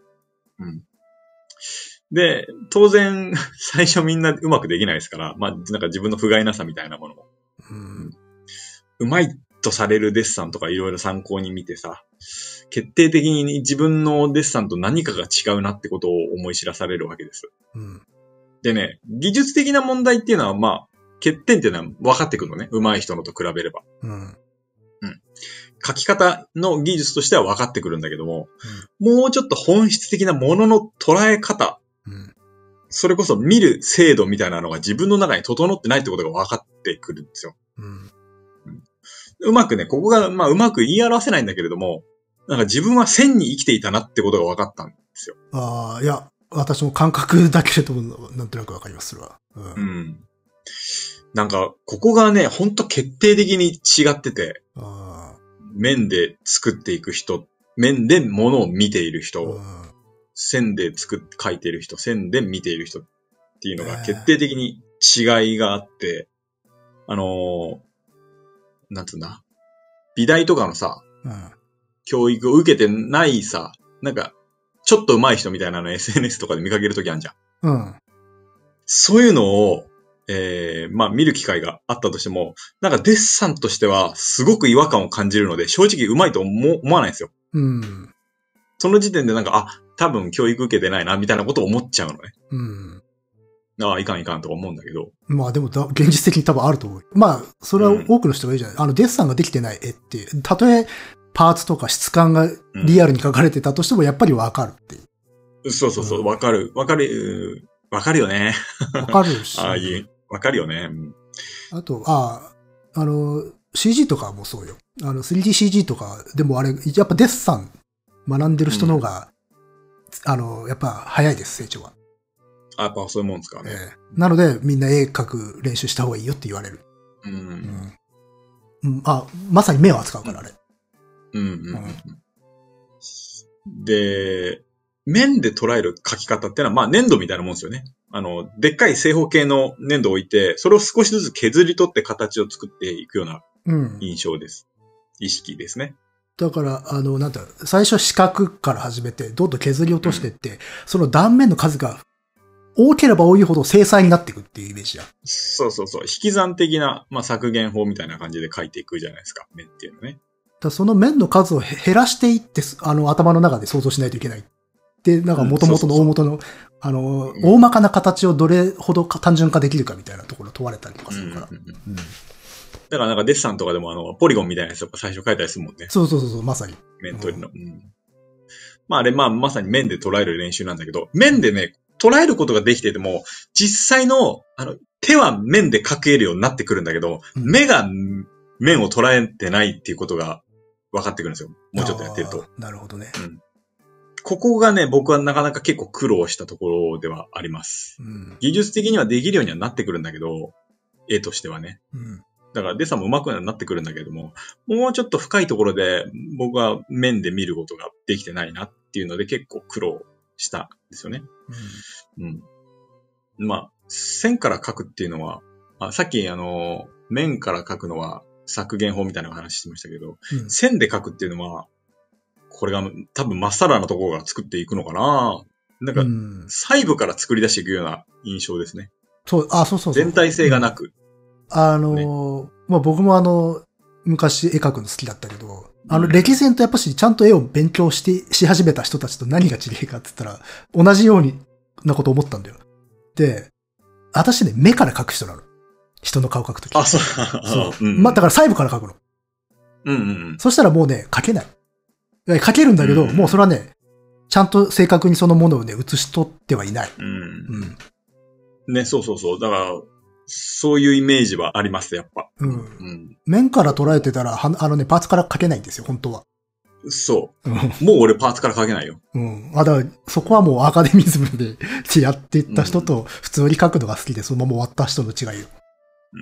うん。で、当然、最初みんなうまくできないですから、まあ、なんか自分の不甲斐なさみたいなものも。うん、うまいとされるデッサンとかいろいろ参考に見てさ、決定的に自分のデッサンと何かが違うなってことを思い知らされるわけです。うん、でね、技術的な問題っていうのは、まあ、欠点っていうのは分かってくるのね。上手い人のと比べれば。うん。うん。書き方の技術としては分かってくるんだけども、うん、もうちょっと本質的なものの捉え方、うん、それこそ見る精度みたいなのが自分の中に整ってないってことが分かってくるんですよ。うんうん、うまくね、ここが、まあうまく言い表せないんだけれども、なんか自分は線に生きていたなってことが分かったんですよ。 ああ、いや、私も感覚だけれども、なんとなく分かりますわ。うん。うん、 なんか、ここがね、ほんと決定的に違ってて、あ面で作っていく人、面で物を見ている人、線で作って書いている人、線で見ている人っていうのが決定的に違いがあって、あのー、なんつうんだ、美大とかのさ、うん、教育を受けてないさ、なんか、ちょっと上手い人みたいなの エスエヌエス とかで見かけるときあるじゃん。うん。そういうのを、えー、まあ見る機会があったとしても、なんかデッサンとしてはすごく違和感を感じるので、正直上手いと思わないんですよ。うん。その時点でなんか、あ、多分教育受けてないな、みたいなことを思っちゃうのね。うん。ああ、いかんいかんとか思うんだけど。 まあでもだ、現実的に多分あると思う。まあ、それは多くの人がいいじゃない。うん、あの、デッサンができてない絵って、たとえパーツとか質感がリアルに描かれてたとしても、やっぱりわかるっていう。 うん、そうそうそう、わかる。わかる。わかるよね。 わかるし。 ああいう、わかるよね。うん、 あと、ああ、あの、シージー とかもそうよ。あの、スリーディーシージー とか、でもあれ、やっぱデッサン学んでる人の方が、うん、あの、やっぱ早いです、成長は。 あ、やっぱそういうもんですかね。 えー、なので、みんな絵描く練習した方がいいよって言われる。うん。うん、あ、まさに目を扱うから、あれ。うん。うん、うんうん。で、面で捉える描き方ってのは、まあ粘土みたいなもんですよね。あの、でっかい正方形の粘土を置いて、それを少しずつ削り取って形を作っていくような印象です。うん、意識ですね。 だから、あの、なんだろう、最初は四角から始めて、どんどん削り落としていって、うん、その断面の数が多ければ多いほど精細になっていくっていうイメージだ。 そうそうそう。引き算的な、まあ、削減法みたいな感じで描いていくじゃないですか、面っていうのね。 だその面の数を減らしていって、あの、頭の中で想像しないといけない。で、なんか元々の大元の、あの、うん、大まかな形をどれほど単純化できるかみたいなところを問われたりとかするから。うんうんうん、だからなんかデッサンとかでもあの、ポリゴンみたいなやつとか最初描いたりするもんね。 そうそうそうそう、まさに。 面取りの。うん、まああれ、まあまさに面で捉える練習なんだけど、面でね、捉えることができてても、実際の、あの、手は面で描けるようになってくるんだけど、うん、目が面を捉えてないっていうことが分かってくるんですよ。もうちょっとやってると。 なるほどね。うん。 ここがね、僕はなかなか結構苦労したところではあります。うん、技術的にはできるようにはなってくるんだけど、絵としてはね。うん、だからデッサンも上手くなってくるんだけども、もうちょっと深いところで僕は面で見ることができてないなっていうので結構苦労したんですよね。うん。うん、まあ、線から描くっていうのは、あさっきあの、面から描くのは削減法みたいな話してましたけど、うん、線で描くっていうのは、これが多分まっさらなところから作っていくのかな。なんか、細部から作り出していくような印象ですね。 そう、あ、そうそうそう。 全体性がなく。うん、 あのー、ね、まあ、僕もあの、昔絵描くの好きだったけど、あの、歴然とやっぱしちゃんと絵を勉強して、し始めた人たちと何が違うかって言ったら、同じようになこと思ったんだよ。で、私ね、目から描く人なの。人の顔描くとき。 あ、そう。 そう。うん、まあ、だから細部から描くの。 うんうんうん。 そしたらもうね、描けない。描けるんだけど、うん、もうそれはね、ちゃんと正確にそのものをね、写し取ってはいない。 うん。うん、ね、そうそうそう。だから、そういうイメージはあります、やっぱ。 うん。うん、面から捉えてたら、あのね、パーツから描けないんですよ、本当は。 そう。もう俺パーツから描けないよ。 うん。あ、だから、そこはもうアカデミズムでやっていった人と、普通に描くのが好きで、そのまま終わった人の違いよ。 うん。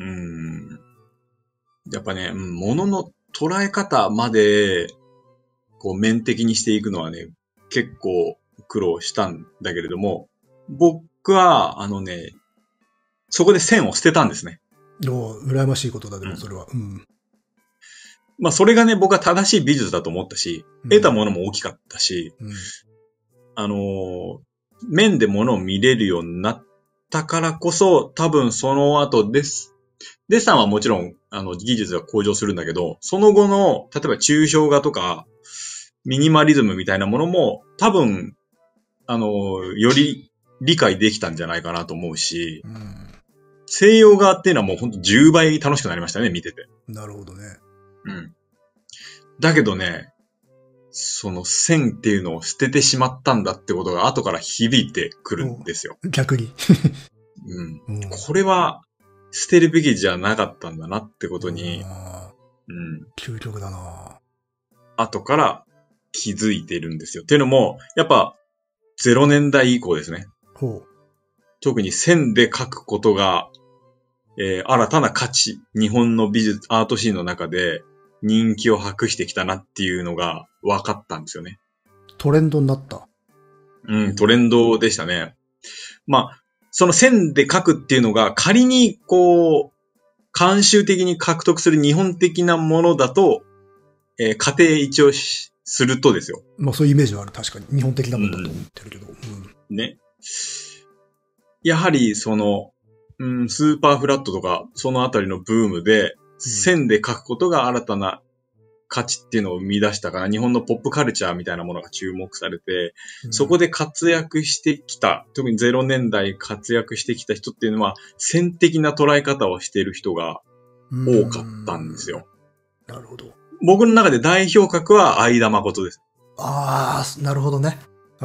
やっぱね、物の捉え方まで、こう、面的にしていくのはね、結構苦労したんだけれども、僕は、あのね、そこで線を捨てたんですね。 おう、羨ましいことだ、でもそれは。うん。うん、 まあ、それがね、僕は正しい美術だと思ったし、うん、得たものも大きかったし、うん、あのー、面で物を見れるようになったからこそ、多分その後です。デッサンはもちろん、あの、技術が向上するんだけど、その後の、例えば抽象画とか、ミニマリズムみたいなものも、多分、あの、より理解できたんじゃないかなと思うし、うん、西洋画っていうのはもうほんとじゅうばい楽しくなりましたね、見てて。 なるほどね。 うん。だけどね、その線っていうのを捨ててしまったんだってことが後から響いてくるんですよ。 逆に。 うん。うん、これは捨てるべきじゃなかったんだなってことに、 うん。究極だな。 後から気づいてるんですよ。っていうのも、やっぱゼロねんだい以降ですね。 ほう。 特に線で描くことが、えー、新たな価値、日本の美術、アートシーンの中で人気を博してきたなっていうのが分かったんですよね。 トレンドになった。 うん、トレンドでしたね。まあ、その線で描くっていうのが仮にこう、慣習的に獲得する日本的なものだと、えー、仮定一応するとですよ。 まあそういうイメージはある。確かに。日本的なものだと思ってるけど。うんうん、ね。やはりその、うん、スーパーフラットとか、そのあたりのブームで、線で描くことが新たな価値っていうのを生み出したから、日本のポップカルチャーみたいなものが注目されて、うん、そこで活躍してきた、特にゼロねんだい活躍してきた人っていうのは、線的な捉え方をしている人が多かったんですよ。 なるほど。 僕の中で代表格は相田誠です。 ああ、なるほどね。うん、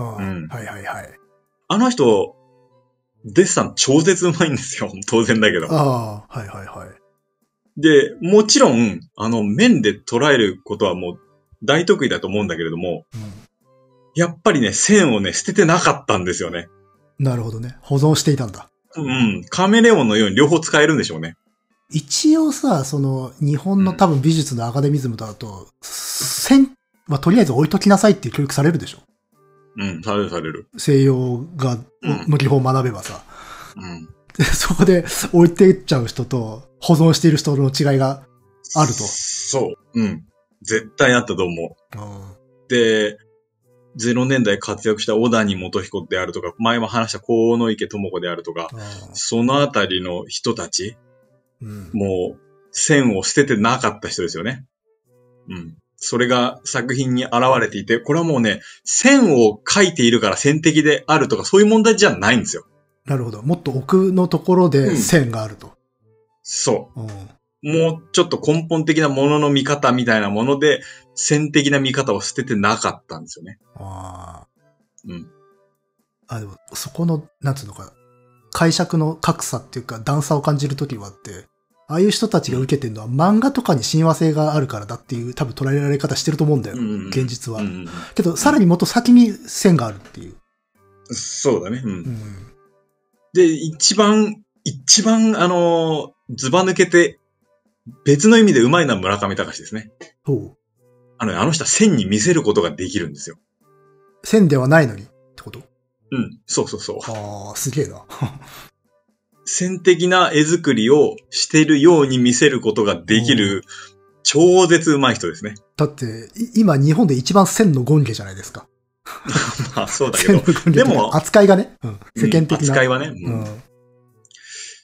はいはいはい。 あの人、デッサン超絶うまいんですよ。当然だけど。 ああ、はいはいはい。 で、もちろん、あの、面で捉えることはもう大得意だと思うんだけれども、うん、やっぱりね、線をね、捨ててなかったんですよね。 なるほどね。保存していたんだ。 うん。カメレオンのように両方使えるんでしょうね。 一応さ、その、日本の多分美術のアカデミズムだと、うん、線はとりあえず置いときなさいっていう教育されるでしょ。 うん、されるされる。 西洋がの技法を学べばさ。 うん。 でそこで置いていっちゃう人と保存している人の違いがあると。 そう。うん。絶対あったと思う。うん、で、ゼロねんだい活躍した小谷元彦であるとか、前も話した河野池智子であるとか、そのあたりの人たち、うん、もう線を捨ててなかった人ですよね。うん。それが作品に現れていて、これはもうね、線を描いているから線的であるとか、そういう問題じゃないんですよ。 なるほど。もっと奥のところで線があると。うん、 そう、うん。もうちょっと根本的なものの見方みたいなもので、線的な見方を捨ててなかったんですよね。ああ。うん。 あ、でも、そこの、なんつうのか、解釈の格差っていうか、段差を感じるときはあって、ああいう人たちが受けてるのは漫画とかに親和性があるからだっていう多分捉えられ方してると思うんだよ。うんうん、現実は、うんうん。けど、さらにもっと先に線があるっていう。 そうだね。うん。うん、で、一番、一番、あのー、ずば抜けて、別の意味で上手いのは村上隆ですね。ほう。あの、あの人は線に見せることができるんですよ。 線ではないのにってこと？ うん。そうそうそう。 ああ、すげえな。 線的な絵作りをしているように見せることができる、超絶上手い人ですね。 だって、今日本で一番線の権化じゃないですか。 まあそうだけど。でも、 扱いがね、うん、世間的な、 うん。扱いはね。うん。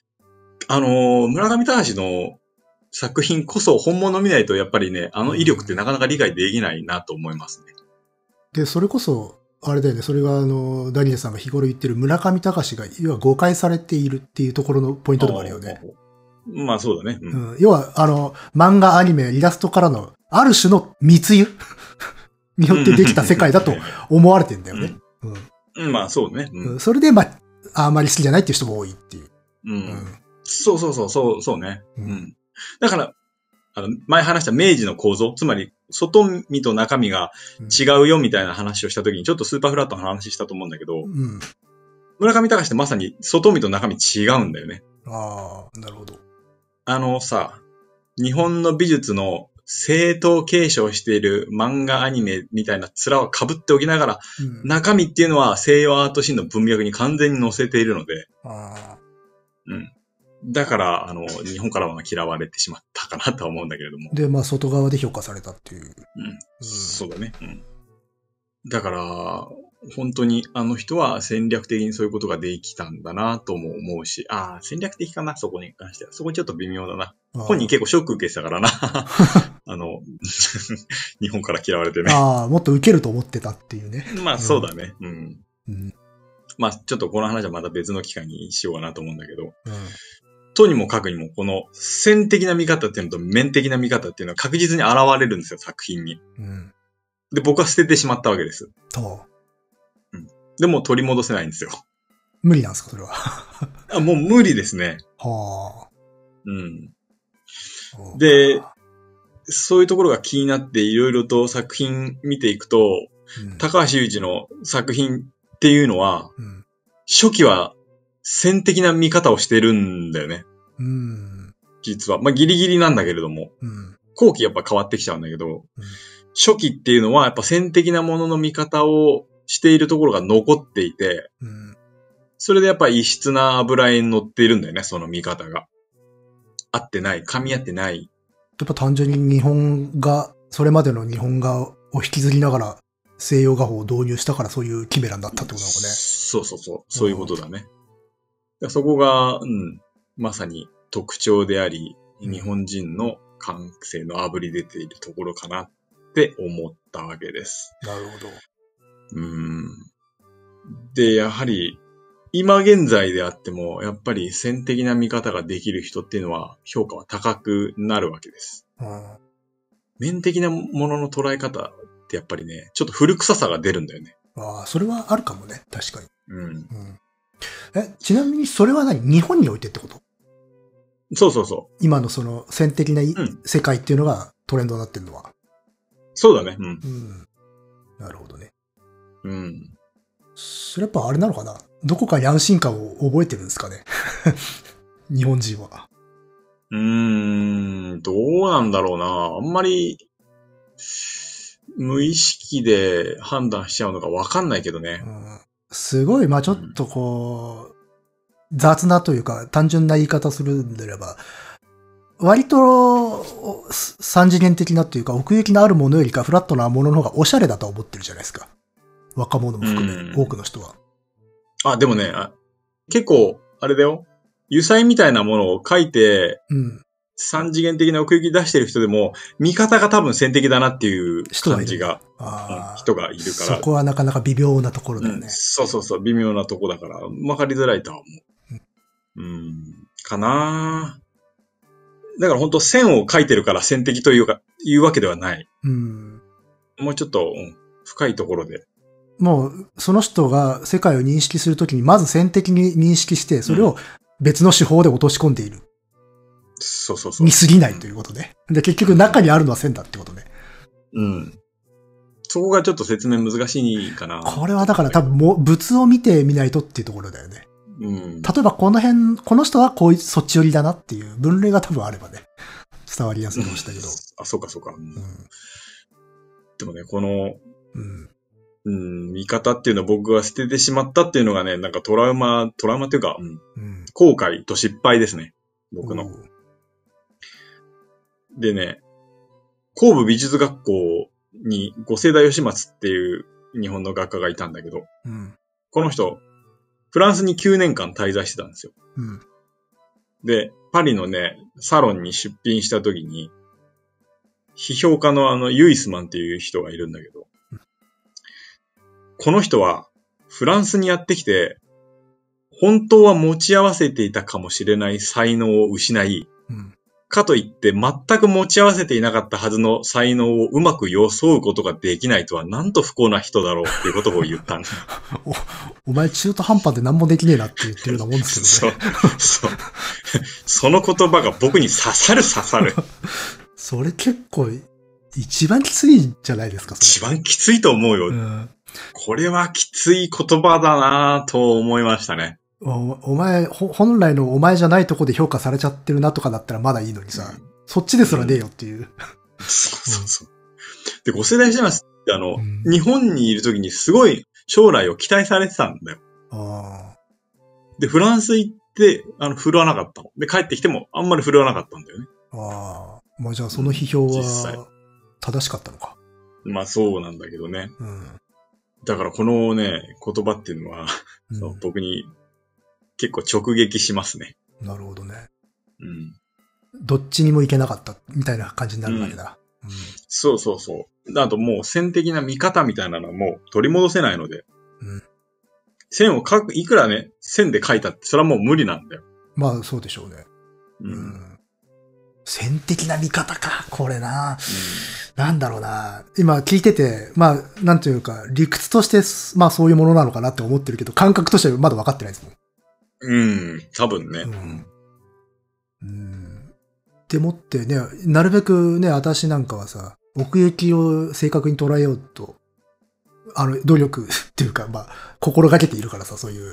あのー、村上隆の作品こそ本物見ないとやっぱりね、あの威力ってなかなか理解できないなと思いますね。 で、それこそ、あれだよね、それがあの、ダニエルさんが日頃言ってる村上隆が、要は誤解されているっていうところのポイントでもあるよね。 まあそうだね。 うん。うん、要は、あの、漫画、アニメ、イラストからの、ある種の密輸によってできた世界だと思われてんだよね。 うん。うん、まあそうね。 うん。それで、まあ、あまり好きじゃないっていう人も多いっていう。 うん。うん、そうそうそう、そう、そうね。うん。だから、あの、前話した明治の構造、つまり、外身と中身が違うよみたいな話をしたときに、ちょっとスーパーフラットの話したと思うんだけど、うん、村上隆ってまさに外身と中身違うんだよね。 ああ、なるほど。 あのさ、日本の美術の正統継承している漫画アニメみたいな面を被っておきながら、うん、中身っていうのは西洋アートシーンの文脈に完全に載せているので、あうん。だから、あの、日本からは嫌われてしまったかなとは思うんだけれども。 で、まあ、外側で評価されたっていう。うん。 うん、そうだね。うん。だから、本当にあの人は戦略的にそういうことができたんだなとも思うし、ああ、戦略的かな、そこに関しては。そこちょっと微妙だな。本人結構ショック受けてたからな。あの、日本から嫌われてね。 ああ、もっと受けると思ってたっていうね。 まあ、そうだね。うん。うん、まあ、ちょっとこの話はまた別の機会にしようかなと思うんだけど。うんとにもかくにも、この線的な見方っていうのと面的な見方っていうのは確実に現れるんですよ、作品に。うん、で、僕は捨ててしまったわけです。 と、 うん。でも取り戻せないんですよ。 無理なんですか、それは。 あ、もう無理ですね。はあ。うん。で、そういうところが気になっていろいろと作品見ていくと、うん、高橋由一の作品っていうのは、うん、初期は線的な見方をしてるんだよね。うん、実は。まあ、ギリギリなんだけれども。うん、後期やっぱ変わってきちゃうんだけど、うん、初期っていうのはやっぱ線的なものの見方をしているところが残っていて、うん、それでやっぱ異質な油絵に乗っているんだよね、その見方が。合ってない、噛み合ってない。 やっぱ単純に日本画、それまでの日本画を引きずりながら西洋画法を導入したからそういうキメラになったってことなのかね。 そうそうそう、そういうことだね。そこが、うん、まさに特徴であり、日本人の感性のあぶり出ているところかなって思ったわけです。 なるほど。 うん。で、やはり、今現在であっても、やっぱり線的な見方ができる人っていうのは、評価は高くなるわけです。うん、面的なものの捉え方ってやっぱりね、ちょっと古臭さが出るんだよね。 ああ、それはあるかもね、確かに。うん。うんえ、 ちなみにそれは何？日本においてってこと？ そうそうそう。 今のその線的な、うん、世界っていうのがトレンドになってるのは。 そうだね。うん。うん、 なるほどね。 うん。 それやっぱあれなのかな？どこかに安心感を覚えてるんですかね日本人は。 うーん、どうなんだろうな。あんまり、無意識で判断しちゃうのかわかんないけどね。うんすごい、まあちょっとこう、雑なというか単純な言い方するんであれば、割と三次元的なというか奥行きのあるものよりかフラットなものの方がおしゃれだと思ってるじゃないですか。若者も含め、多くの人は。 あ、でもね、結構、あれだよ。油彩みたいなものを描いて、うん、三次元的な奥行き出してる人でも、見方が多分線的だなっていう感じが、あ人がいるから。 そこはなかなか微妙なところだよね。うん、 そうそうそう、微妙なとこだから、わかりづらいとは思う。うん、うんかなだから本当線を描いてるから線的というか、いうわけではない。うん、もうちょっと、うん、深いところで。 もう、その人が世界を認識するときに、まず線的に認識して、それを別の手法で落とし込んでいる。 そうそうそう。 に過ぎないということね。で、結局中にあるのは線だってことね。 うん。そこがちょっと説明難しいかな。 これはだから多分もう物を見てみないとっていうところだよね。うん。例えばこの辺、この人はこういう、そっち寄りだなっていう分類が多分あればね、伝わりやすいかもしれないけど。 あ、そうかそうか。うん、でもね、この、うんうん、見方っていうのを僕が捨ててしまったっていうのがね、なんかトラウマ、トラウマっていうか、うんうん、後悔と失敗ですね。僕の。でね、神戸美術学校に五世田義松っていう日本の画家がいたんだけど、うん、この人、フランスにきゅうねんかん滞在してたんですよ。うん、で、 パリのね、サロンに出品した時に、批評家のあの、ユイスマンっていう人がいるんだけど、うん、この人はフランスにやってきて、本当は持ち合わせていたかもしれない才能を失い、うん、かといって全く持ち合わせていなかったはずの才能をうまく装うことができないとはなんと不幸な人だろうっていうことを言ったんだ。 お, お前中途半端で何もできねえなって言ってるようなもんですけどね。そう。そう。 その言葉が僕に刺さる刺さる。 それ結構一番きついんじゃないですか。 一番きついと思うよ。うん、これはきつい言葉だなぁと思いましたね。 お, お前、本来のお前じゃないとこで評価されちゃってるなとかだったらまだいいのにさ、うん、そっちですらねえよっていう。うん、 そうそうそう。で、ご世代してますってあの、うん、日本にいるときにすごい将来を期待されてたんだよ。あで、フランス行って、あの、振るわなかったの。で、帰ってきてもあんまり振るわなかったんだよね。 ああ。まあじゃあその批評は正しかったのか。 まあそうなんだけどね。うん、だからこのね、言葉っていうのは、うん、そう僕に結構直撃しますね。 なるほどね。うん。どっちにもいけなかったみたいな感じになるわけだ。 うんうん、そうそうそう。あともう線的な見方みたいなのはもう取り戻せないので。うん、線を書く、いくらね、線で書いたって、それはもう無理なんだよ。 まあそうでしょうね。うん。うん線的な見方か、これな、うん、なんだろうな。今聞いてて、まあ、なんというか、理屈として、まあそういうものなのかなって思ってるけど、感覚としてはまだ分かってないですもん。 うん、多分ね。うん。 うん、でもってね、なるべくね、私なんかはさ、奥行きを正確に捉えようと、あの、努力っていうか、まあ、心がけているからさ、そういう、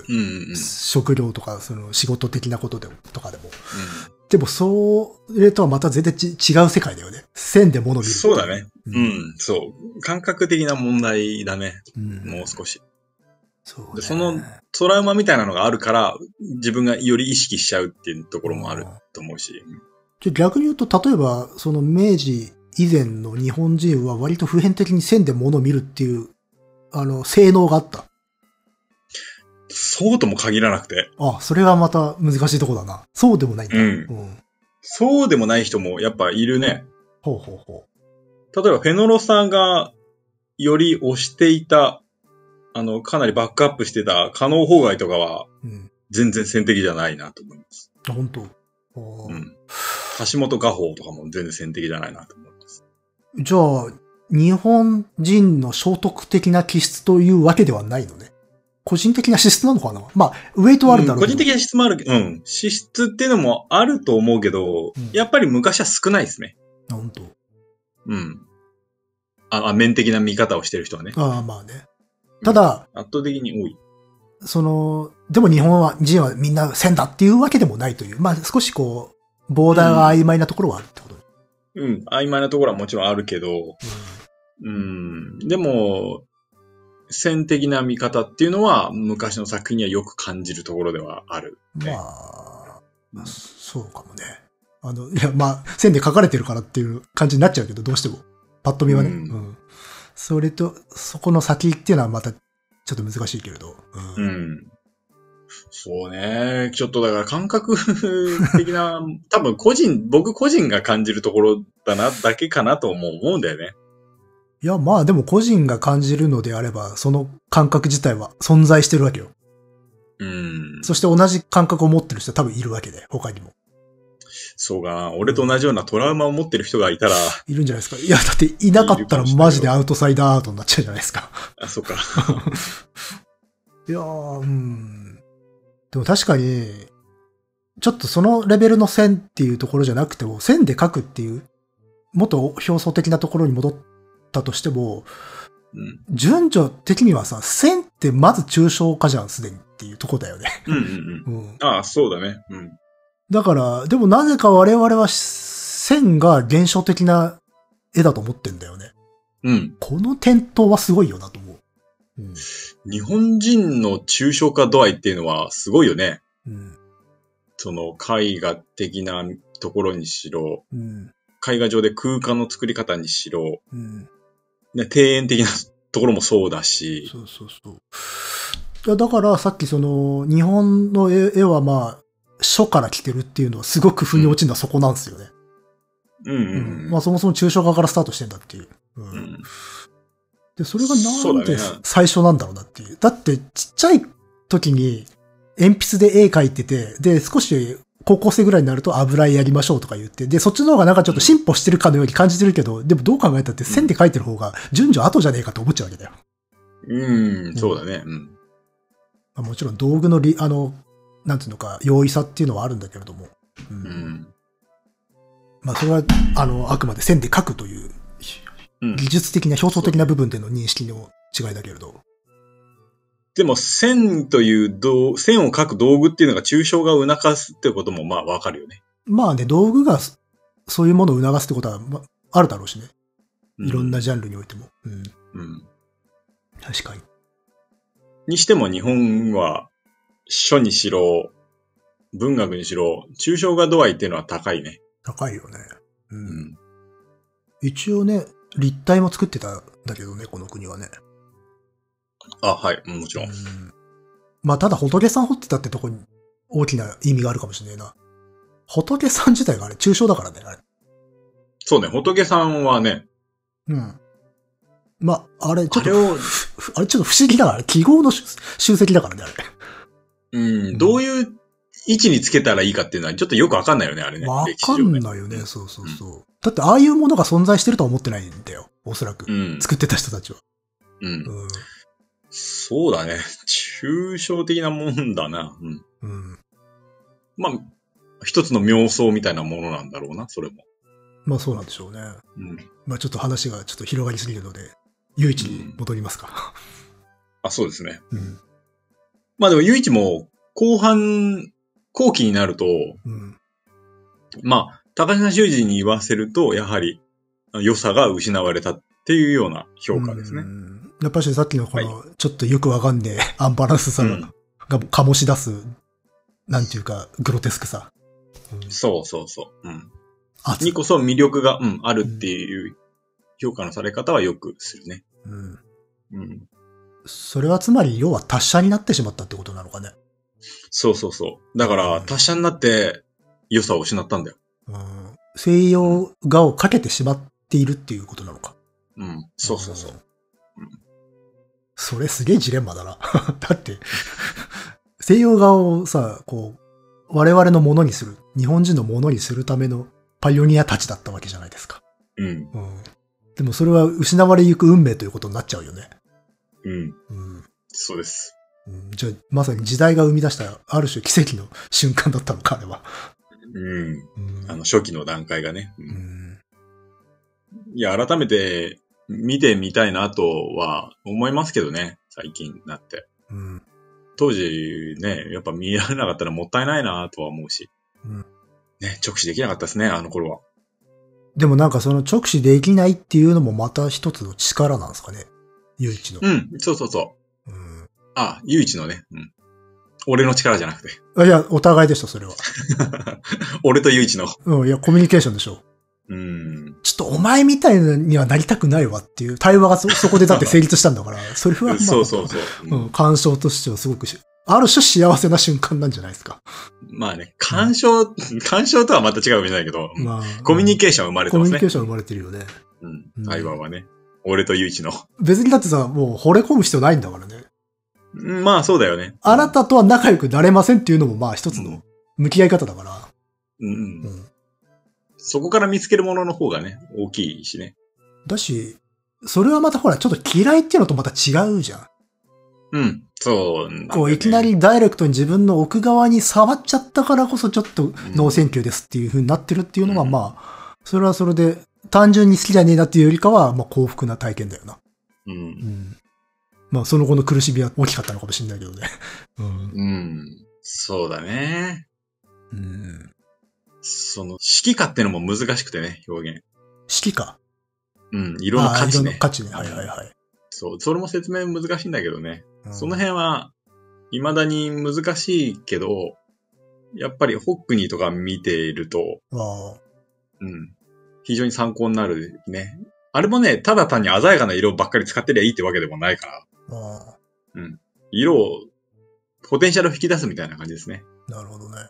食料とか、その仕事的なことでも、とかでも。うんでも、それとはまた全然ち違う世界だよね。線で物見る。 そうだね、うん。うん。そう。感覚的な問題だね。うん、もう少し。そうね。で、そのトラウマみたいなのがあるから、自分がより意識しちゃうっていうところもあると思うし。 じゃ逆に言うと、例えば、その明治以前の日本人は割と普遍的に線で物を見るっていう、あの、性能があった。 そうとも限らなくて。 あ、それはまた難しいとこだな。そうでもないんだ。うん。うん、 そうでもない人もやっぱいるね。 ほうほうほう。例えばフェノロサがより推していた、あの、かなりバックアップしてた可能法外とかは、全然線的じゃないなと思います。 うん、あ、本当。 うん。橋本画法とかも全然線的じゃないなと思います。 じゃあ、日本人の聖徳的な気質というわけではないのね。個人的な資質なのかな。まあ、ウェイトはあるだろうけど、 うん、個人的な資質もあるけど、うん。資質っていうのもあると思うけど、うん、やっぱり昔は少ないですね。 あ、本当。 うん。あ、面的な見方をしてる人はね。 ああ、まあね。ただ、 うん、圧倒的に多い。 その、でも日本は、人はみんな線だっていうわけでもないという、まあ少しこう、ボーダーが曖昧なところはあるってこと、 うん、うん。曖昧なところはもちろんあるけど、うん、うん。でも、線的な見方っていうのは昔の作品にはよく感じるところではある、ね。 まあ、まあ、そうかもね。あの、いや、まあ、線で書かれてるからっていう感じになっちゃうけど、どうしても。パッと見はね。うん。うん、それと、そこの先っていうのはまたちょっと難しいけれど。 うん。うん、そうね。ちょっとだから感覚的な、多分個人、僕個人が感じるところだな、だけかなとも思うんだよね。 いや、まあでも個人が感じるのであれば、その感覚自体は存在してるわけよ。うん。そして同じ感覚を持ってる人は多分いるわけで、他にも。 そうかな。俺と同じようなトラウマを持ってる人がいたら。 いるんじゃないですか。いや、だっていなかったらマジでアウトサイダーアートになっちゃうじゃないですか。 あ、そうか。 いやー、うん。でも確かに、ちょっとそのレベルの線っていうところじゃなくても、線で書くっていう、もっと表層的なところに戻ったとしても、うん、順序的にはさ、線ってまず抽象化じゃん、すでにっていうとこだよね。 うんうんうん。うん、ああ、そうだね。うん。 だから、でもなぜか我々は線が現象的な絵だと思ってんだよね。うん。この点灯はすごいよなと思う。 うん、日本人の抽象化度合いっていうのはすごいよね。うん。その絵画的なところにしろ、うん、絵画上で空間の作り方にしろ、うん、ね、庭園的なところもそうだし。 そうそうそう。いやだからさっきその日本の絵はまあ書から来てるっていうのはすごく腑に落ちるのはそこなんですよね。 うんうんうん。 まあそもそも抽象画からスタートしてんだっていう。うん。うん、で、それがなんで最初なんだろうなっていう。だってちっちゃい時に鉛筆で絵描いてて、で、少し高校生ぐらいになると油絵やりましょうとか言って、で、そっちの方がなんかちょっと進歩してるかのように感じてるけど、でもどう考えたって線で描いてる方が順序後じゃねえかと思っちゃうわけだよ。 うん、そうだね。うん。 まあ、もちろん道具のり、あの、なんていうのか、容易さっていうのはあるんだけれども。うん。うん、まあ、それは、あの、あくまで線で描くという、技術的な、表層的な部分での認識の違いだけれど。 でも、線という道、線を描く道具っていうのが抽象画を促すってことも、まあ、わかるよね。 まあね、道具が、そういうものを促すってことは、まあ、あるだろうしね。いろんなジャンルにおいても。うん。うん。確かに。 にしても日本は、書にしろ、文学にしろ、抽象画度合いっていうのは高いね。 高いよね。うん。うん、一応ね、立体も作ってたんだけどね、この国はね。 あ、はい、もちろん。うん、 まあ、ただ仏さん彫ってたってとこに大きな意味があるかもしれないな。仏さん自体があれ、抽象だからね、あれ。 そうね、仏さんはね。 うん。まあ、あれ、ちょっと、あれを、あれちょっと不思議だから、記号の集積だからね、あれ。 うん、うん、どういう位置につけたらいいかっていうのはちょっとよくわかんないよね、あれね。 わかんないよね、そうそうそう、うん。だって、ああいうものが存在してるとは思ってないんだよ、おそらく。うん、作ってた人たちは。 うん。うん、そうだね。抽象的なもんだな。うん。うん、まあ、一つの瞑想みたいなものなんだろうな、それも。 まあそうなんでしょうね。うん。まあちょっと話がちょっと広がりすぎるので、ゆういちに戻りますか。 うん、あ、そうですね。うん。まあでもゆういちも後半、後期になると、うん、まあ、高島修司に言わせると、やはり良さが失われたっていうような評価ですね。うん、 やっぱりさっきのこの、ちょっとよくわかんねえアンバランスさが醸し出す、うん、なんていうか、グロテスクさ。 うん、そうそうそう。うん。にこそ魅力が、うん、あるっていう評価のされ方はよくするね。うん。 うん。それはつまり、要は達者になってしまったってことなのかね。 そうそうそう。だから、達者になって良さを失ったんだよ。 うん。西洋画をかけてしまっているっていうことなのか。 うん。そうそうそう。 うん、それすげえジレンマだな。だって、西洋画をさ、こう、我々のものにする、日本人のものにするためのパイオニアたちだったわけじゃないですか。うん。うん。でもそれは失われゆく運命ということになっちゃうよね。 うん。うん。そうです。 うん、じゃあ、まさに時代が生み出したある種奇跡の瞬間だったのか、あれは。 うん。うん、あの、初期の段階がね。うん。うん、いや、改めて見てみたいなとは思いますけどね。最近になって。うん。当時ね、やっぱ見られなかったらもったいないなとは思うし。うん。ね、直視できなかったですね、あの頃は。 でもなんかその直視できないっていうのもまた一つの力なんですかね。ゆういちの。 うん、そうそうそう。うん、あ、ゆういちのね。うん。俺の力じゃなくて。 いや、お互いでしょ、それは。 俺とゆういちの。 うん、いや、コミュニケーションでしょ。うん。ちょっとお前みたいにはなりたくないわっていう対話が そ, そこでだって成立したんだから、それはまあ、 そうそうそう。 うん、感傷としてはすごく、ある種幸せな瞬間なんじゃないですか。 まあね、干渉、うん、干渉とはまた違うかもしれないけど、まあ、コミュニケーション生まれてますね。 コミュニケーション生まれてるよね。 うん。対話はね。俺とゆういちの。 別にだってさ、もう惚れ込む必要ないんだからね。 まあそうだよね。 あなたとは仲良くなれませんっていうのもまあ一つの向き合い方だから。うん。うん、 そこから見つけるものの方がね、大きいしね。 だし、それはまたほら、ちょっと嫌いっていうのとまた違うじゃん。 うん、そう、ね。 こう、いきなりダイレクトに自分の奥側に触っちゃったからこそちょっとノーセンキューですっていう風になってるっていうのが、うん、まあ、それはそれで単純に好きじゃねえなっていうよりかは、まあ幸福な体験だよな。うん。うん、まあその後の苦しみは大きかったのかもしれないけどね。 うん。うん。そうだね。うん。その、指揮化ってのも難しくてね、表現。 指揮化？ うん、色の価値ね。色の価値ね。はいはいはい。 そう、それも説明難しいんだけどね。うん、その辺は、未だに難しいけど、やっぱりホックニーとか見ていると、うん、非常に参考になるね。あれもね、ただ単に鮮やかな色ばっかり使ってりゃいいってわけでもないから、うん、色を、ポテンシャルを引き出すみたいな感じですね。 なるほどね。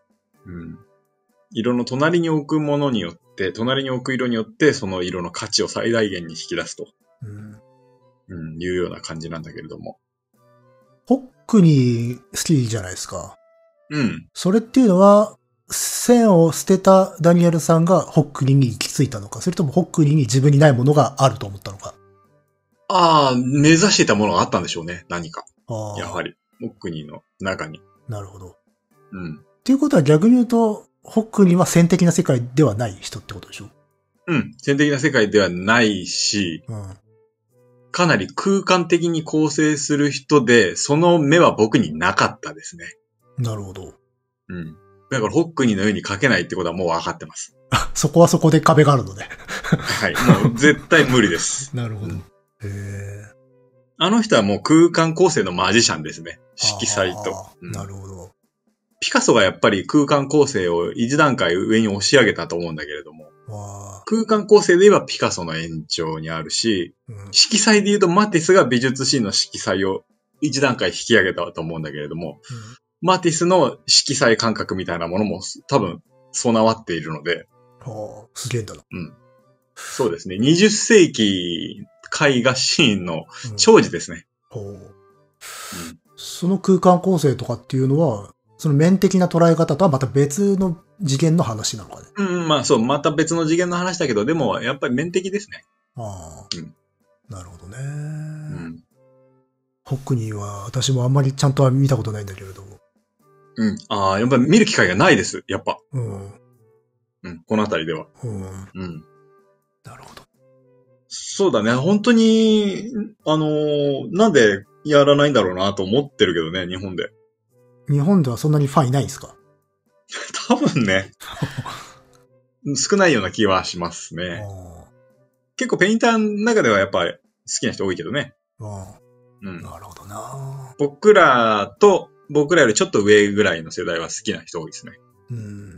うん。色の隣に置くものによって、隣に置く色によって、その色の価値を最大限に引き出すと。うん。うん、いうような感じなんだけれども。 ホックニー好きじゃないですか。 うん。 それっていうのは、線を捨てたダニエルさんがホックニーに行き着いたのか、それともホックニーに自分にないものがあると思ったのか。 ああ、目指していたものがあったんでしょうね、何か。あやはり、ホックニーの中に。 なるほど。 うん。 っていうことは逆に言うと、ホックニーは線的な世界ではない人ってことでしょ？ うん、線的な世界ではないし、うん、かなり空間的に構成する人で、その目は僕になかったですね。 なるほど。 うん。だからホックニーのように描けないってことはもう分かってます。 そこはそこで壁があるのね。 はい。もう絶対無理です。 なるほど。うん、へー。 あの人はもう空間構成のマジシャンですね。色彩と。 うん、なるほど。 ピカソがやっぱり空間構成を一段階上に押し上げたと思うんだけれども。空間構成で言えばピカソの延長にあるし、うん、色彩で言うとマティスが美術シーンの色彩を一段階引き上げたと思うんだけれども、うん、マティスの色彩感覚みたいなものも多分備わっているので。 はあ、すげえんだな。 うん。そうですね。にじゅっ世紀絵画シーンの長寿ですね。うん、ほう。うん、 その空間構成とかっていうのは、その面的な捉え方とはまた別の次元の話なのかね。 うん、まあそう、また別の次元の話だけど、でもやっぱり面的ですね。 ああ。うん。なるほどね。うん。 ホックニーは私もあんまりちゃんとは見たことないんだけれども。 うん。ああ、やっぱり見る機会がないです、やっぱ。 うん。 うん、このあたりでは。 うん。 うん。 なるほど。 そうだね、本当に、あのー、なんでやらないんだろうなと思ってるけどね、日本で。 日本ではそんなにファンいないんですか？ 多分ね。少ないような気はしますね。結構ペインターの中ではやっぱり好きな人多いけどね。 うん。なるほどな。 僕らと、僕らよりちょっと上ぐらいの世代は好きな人多いですね。 うん。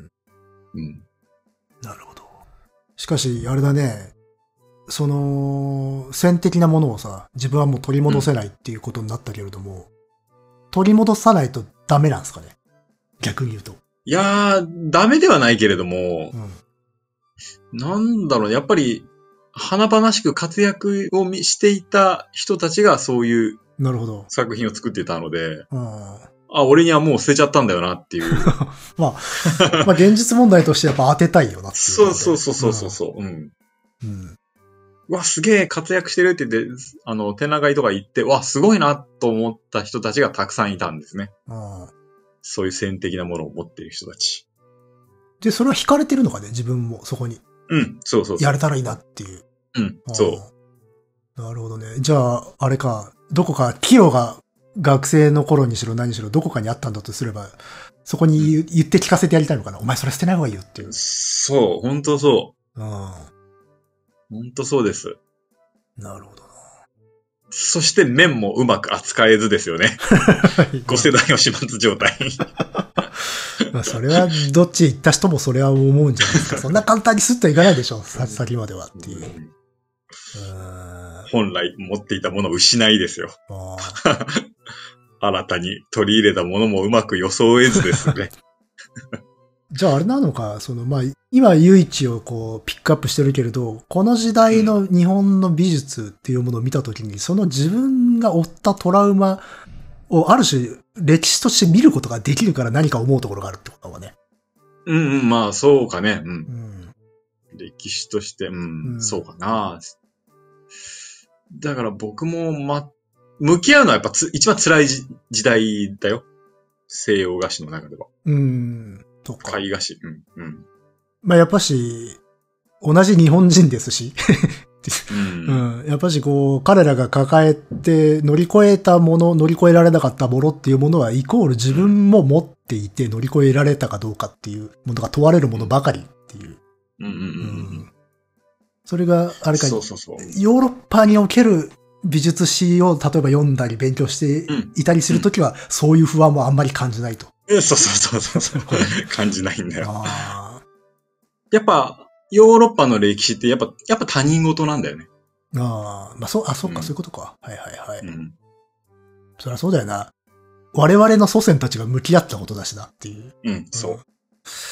うん。 なるほど。しかし、あれだね。その、線的なものをさ、自分はもう取り戻せないっていうことになったけれども、うん、取り戻さないとダメなんですかね？逆に言うと。 いやー、ダメではないけれども、うん、なんだろう、やっぱり、華々しく活躍をしていた人たちがそういうなるほど作品を作っていたので、 うん、 あ、俺にはもう捨てちゃったんだよなっていう。 まあ、まあ現実問題としてやっぱ当てたいよなっていう。 そうそうそうそうそう。うん。うん。うわ、すげえ活躍してるって言って、あの、手長いとか行って、わ、すごいなと思った人たちがたくさんいたんですね。うん、そういう線的なものを持っている人たち。 で、それは惹かれてるのかね、自分もそこに。 うん、そうそうそう。 やれたらいいなっていう。 うん、そう。なるほどね。じゃあ、あれか、どこか、キヨが学生の頃にしろ何しろどこかにあったんだとすれば、そこに言って聞かせてやりたいのかな。お前それ捨てない方がいいよっていう。 そう、本当そう。うん。本当そうです。 なるほどな。 そして面もうまく扱えずですよね。ご世代を始末状態。 まあそれはどっち行った人もそれは思うんじゃないですか。そんな簡単にスッといかないでしょ。先まではっていう。うん、 本来持っていたものを失いですよ。新たに取り入れたものもうまく装えずですね。 じゃああれなのか、そのまあ今唯一をこうピックアップしてるけれど、この時代の日本の美術っていうものを見たときに、うん、その自分が負ったトラウマをある種歴史として見ることができるから何か思うところがあるってことだね。 うんうん、まあそうかね。うん。うん、歴史として、うん、うん、そうかな。だから僕もま、向き合うのはやっぱつ一番辛い時代だよ。西洋画誌の中では。 うん。とか。 絵画誌。うん。うん。 まあやっぱし、同じ日本人ですし。うん、うん。やっぱしこう、彼らが抱えて乗り越えたもの、乗り越えられなかったものっていうものは、イコール自分も持っていて乗り越えられたかどうかっていうものが問われるものばかりっていう。 うんうんうんうん。うんそれが、あれか、 そうそうそう、 ヨーロッパにおける美術史を例えば読んだり勉強していたりするときは、うん、そういう不安もあんまり感じないと。 そうそうそうそうそう。感じないんだよ。やっぱ、ヨーロッパの歴史ってやっぱ、やっぱ他人事なんだよね。 ああ、まあそう、あ、そうか、うん、そういうことか。はいはいはい。うん、 そりゃそうだよな。我々の祖先たちが向き合ったことだしなっていう。 うん、そう。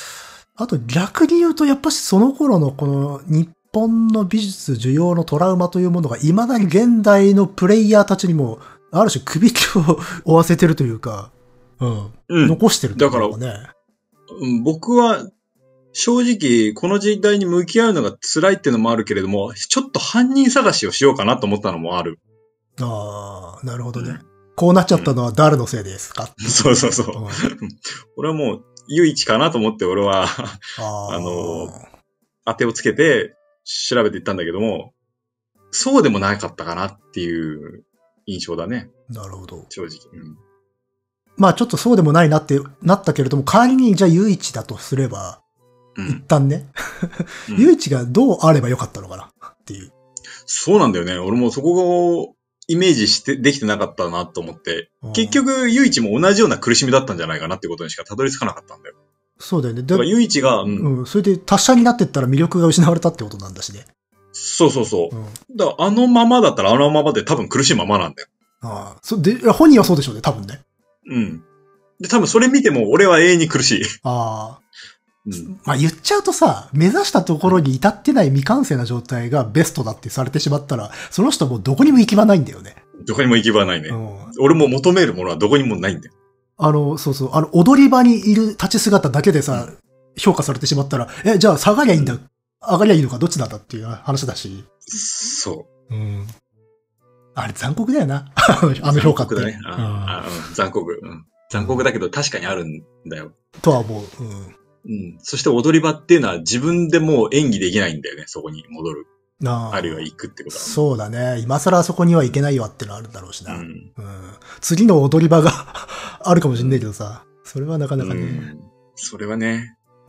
あと逆に言うと、やっぱしその頃のこの日本の美術需要のトラウマというものが未だに現代のプレイヤーたちにも、ある種首切りを負わせてるというか、うん。うん、残してるというかね。だから、 うん、僕は、正直、この時代に向き合うのが辛いっていうのもあるけれども、ちょっと犯人探しをしようかなと思ったのもある。 ああ、なるほどね。うん、こうなっちゃったのは誰のせいですか、 うん、そうそうそう。うん、俺はもう、唯一かなと思って俺は、あ, あの、当てをつけて調べていったんだけども、そうでもなかったかなっていう印象だね。 なるほど。 正直。うん、 まあちょっとそうでもないなってなったけれども、代わりにじゃあ唯一だとすれば、うん、一旦ね、うん、唯一がどうあればよかったのかなっていう。 そうなんだよね。俺もそこをイメージしてできてなかったなと思って、結局唯一も同じような苦しみだったんじゃないかなってことにしかたどり着かなかったんだよ。 そうだよね。 だから唯一が、 うん、うん。それで達者になってったら魅力が失われたってことなんだしね。 そうそうそう。うん、だからあのままだったらあのままで多分苦しいままなんだよ。 ああ。そで、本人はそうでしょうね、多分ね。 うん。で、多分それ見ても俺は永遠に苦しい。 ああ。うん、まあ言っちゃうとさ、目指したところに至ってない未完成な状態がベストだってされてしまったら、その人もどこにも行き場ないんだよね。 どこにも行き場ないね。うん、俺も求めるものはどこにもないんだよ。 あの、そうそう、あの、踊り場にいる立ち姿だけでさ、うん、評価されてしまったら、え、じゃあ下がりゃいいんだ、うん、上がりゃいいのかどっちなんだっていう話だし。 そう。 うん。あれ残酷だよな。あの評価って。残酷だね。 ああうん、残酷、うん。残酷だけど確かにあるんだよ。 とは思う。うんうん。そして踊り場っていうのは自分でもう演技できないんだよね、そこに戻る。あ, あるいは行くってことは。 そうだね。今更あそこには行けないよってのあるんだろうしな。うん。うん、次の踊り場があるかもしんないけどさ。それはなかなかね。うん、 それはね、うん。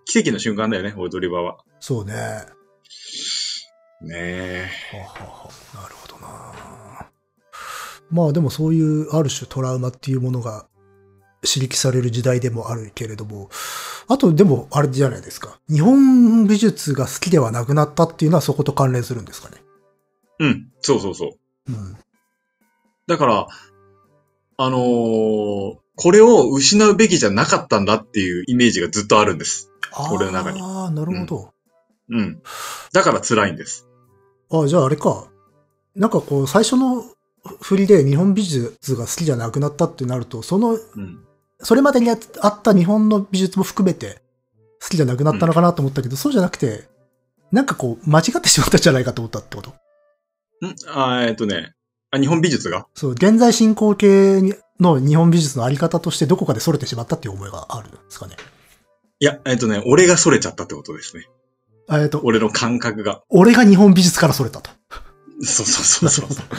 奇跡の瞬間だよね、踊り場は。 そうね。 ねえ。 はははなるほどな。まあでもそういうある種トラウマっていうものが刺激される時代でもあるけれども、あとでもあれじゃないですか。日本美術が好きではなくなったっていうのはそこと関連するんですかね。 うん、そうそうそう。うん、だから、あのー、これを失うべきじゃなかったんだっていうイメージがずっとあるんです。俺の中に。 ああ、なるほど、 うん。うん。だから辛いんです。 ああ、じゃああれか。なんかこう、最初の振りで日本美術が好きじゃなくなったってなると、その、うんそれまでにあった日本の美術も含めて好きじゃなくなったのかなと思ったけど、うん、そうじゃなくて、なんかこう、間違ってしまったんじゃないかと思ったってことんあえっとねあ、日本美術がそう、現在進行形の日本美術のあり方としてどこかで逸れてしまったっていう思いがあるんですかね。 いや、えっとね、俺が逸れちゃったってことですね。 えっと、 俺の感覚が。 俺が日本美術から逸れたと。 そうそうそうそう。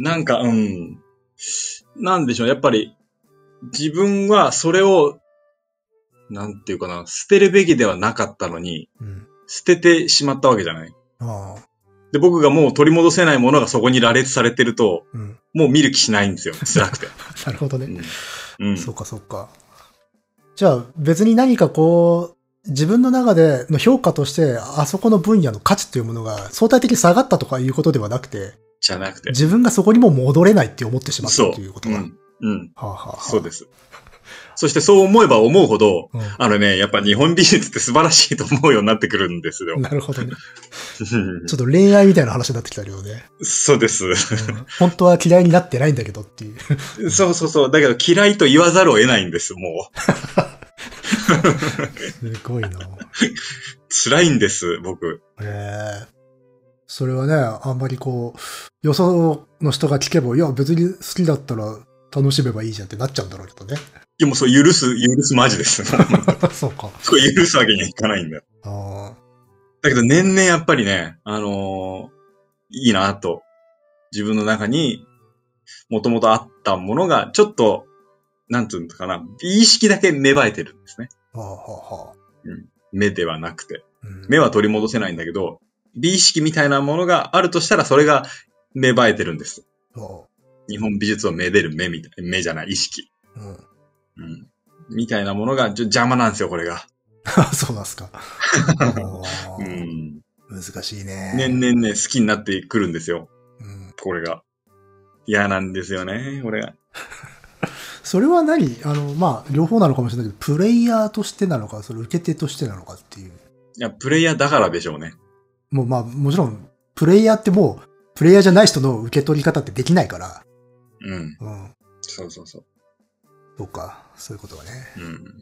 なんか、うん。なんでしょう、やっぱり、自分はそれを、なんていうかな、捨てるべきではなかったのに、うん、捨ててしまったわけじゃない。あで、僕がもう取り戻せないものがそこに羅列されてると、うん、もう見る気しないんですよ。辛くて。 なるほどね。うん。うん、そうかそうか。じゃあ別に何かこう、自分の中での評価として、あそこの分野の価値というものが相対的に下がったとかいうことではなくて、 じゃなくて。 自分がそこにも戻れないって思ってしまったということが。 うんうん。はあはあはあ、そうです。そしてそう思えば思うほど、うん、あのね、やっぱ日本美術って素晴らしいと思うようになってくるんですよ。 なるほどね。ちょっと恋愛みたいな話になってきたけどね。 そうです、うん。 本当は嫌いになってないんだけどっていう。 そうそうそう。だけど嫌いと言わざるを得ないんです、もう。すごいな。 辛いんです、僕。 へえ。それはね、あんまりこう、よその人が聞けば、いや別に好きだったら楽しめばいいじゃんってなっちゃうんだろうけどね。 いやもうそう許す、許すマジです。 そうか。 そう許すわけにはいかないんだよ。あだけど年々やっぱりね、あのー、いいなと、自分の中にもともとあったものがちょっと、なんていうのかな、意識だけ芽生えてるんですね。はあはあうん、目ではなくて、うん。目は取り戻せないんだけど、美意識みたいなものがあるとしたらそれが芽生えてるんです。はあ日本美術をめでる目みたい、目じゃない、意識。うん。うん。みたいなものが、ちょ、邪魔なんですよ、これが。 そうなんすか。うん。難しいね。 年々ね、好きになってくるんですよ。うん。これが。嫌なんですよね、これが。 それは何あの、まあ、両方なのかもしれないけど、プレイヤーとしてなのか、それ受け手としてなのかっていう。いや、プレイヤーだからでしょうね。 もうまあ、もちろん、プレイヤーってもう、プレイヤーじゃない人の受け取り方ってできないから。 うん。 うん。 そうそうそう。 そうか、そういうことはね。 うん。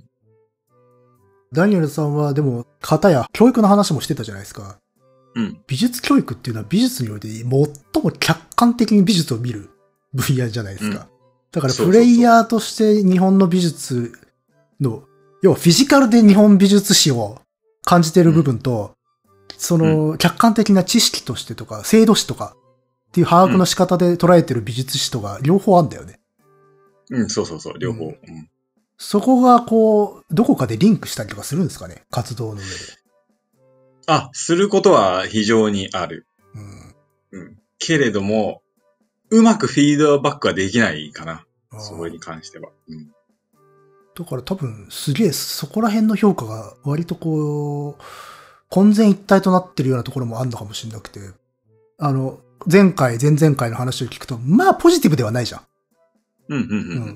ダニエルさんは、でも、方や教育の話もしてたじゃないですか。 うん。 美術教育っていうのは美術において最も客観的に美術を見る分野じゃないですか。うん、だからプレイヤーとして日本の美術の、要はフィジカルで日本美術史を感じている部分と、うん、その客観的な知識としてとか、制度史とかっていう把握の仕方で捉えてる美術史とか両方あんだよね。 うん、そうそうそう、両方。うん、 そこがこう、どこかでリンクしたりとかするんですかね、活動の上で。 あ、することは非常にある。うん。うん。けれども、うまくフィードバックはできないかな。それに関しては。うん。 だから多分、すげえ、そこら辺の評価が割とこう、混然一体となってるようなところもあるのかもしれなくて、あの、前回、前々回の話を聞くと、まあ、ポジティブではないじゃん。 うん、うん、うん。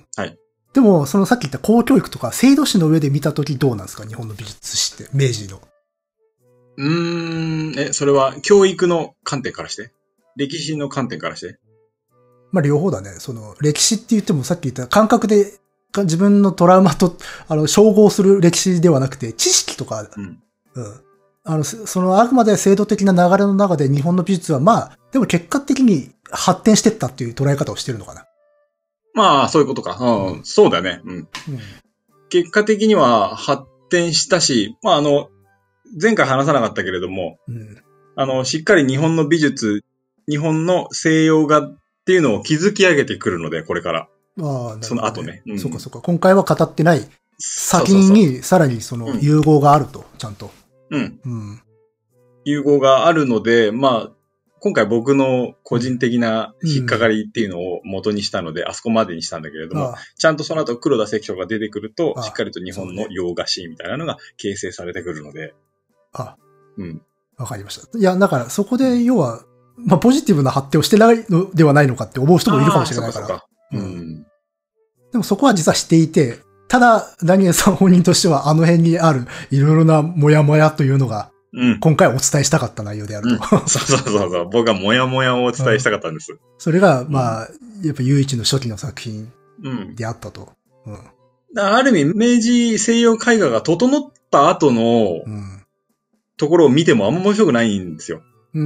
はい。 でも、そのさっき言った公教育とか制度史の上で見たときどうなんですか、日本の美術史って、明治の。 うーん、え、それは教育の観点からして歴史の観点からしてまあ両方だね。その歴史って言ってもさっき言った感覚で自分のトラウマとあの照合する歴史ではなくて知識とか、うん。うん。あの、そのあくまで制度的な流れの中で日本の美術はまあ、でも結果的に発展してったっていう捉え方をしてるのかな。 まあ、そういうことか。うん。うん、そうだね。うん。うん。結果的には発展したし、まああの、前回話さなかったけれども、うん、あの、しっかり日本の美術、日本の西洋画っていうのを築き上げてくるので、これから。ああ、なるほどね。その後ね。 うん、そうかそうか。今回は語ってない先にさらにその融合があると、うん、ちゃんと。 うん。うん。融合があるので、まあ、今回僕の個人的な引っかかりっていうのを元にしたので、うん、あそこまでにしたんだけれども、ああちゃんとその後黒田関所が出てくると、しっかりと日本の洋画シーンみたいなのが形成されてくるので。 あ、うん。わかりました。いや、だからそこで要は、まあポジティブな発展をしてないのではないのかって思う人もいるかもしれないから。そうかそうか。うん。でもそこは実はしていて、ただ、ダニエルさん本人としてはあの辺にあるいろいろなモヤモヤというのが、うん、今回お伝えしたかった内容であると。うん、 そうそうそうそう。僕はモヤモヤをお伝えしたかったんです。うん、 それが、まあ、やっぱ唯一の初期の作品であったと。うん。 うん、ある意味、明治西洋絵画が整った後の、ところを見てもあんま面白くないんですよ。うん。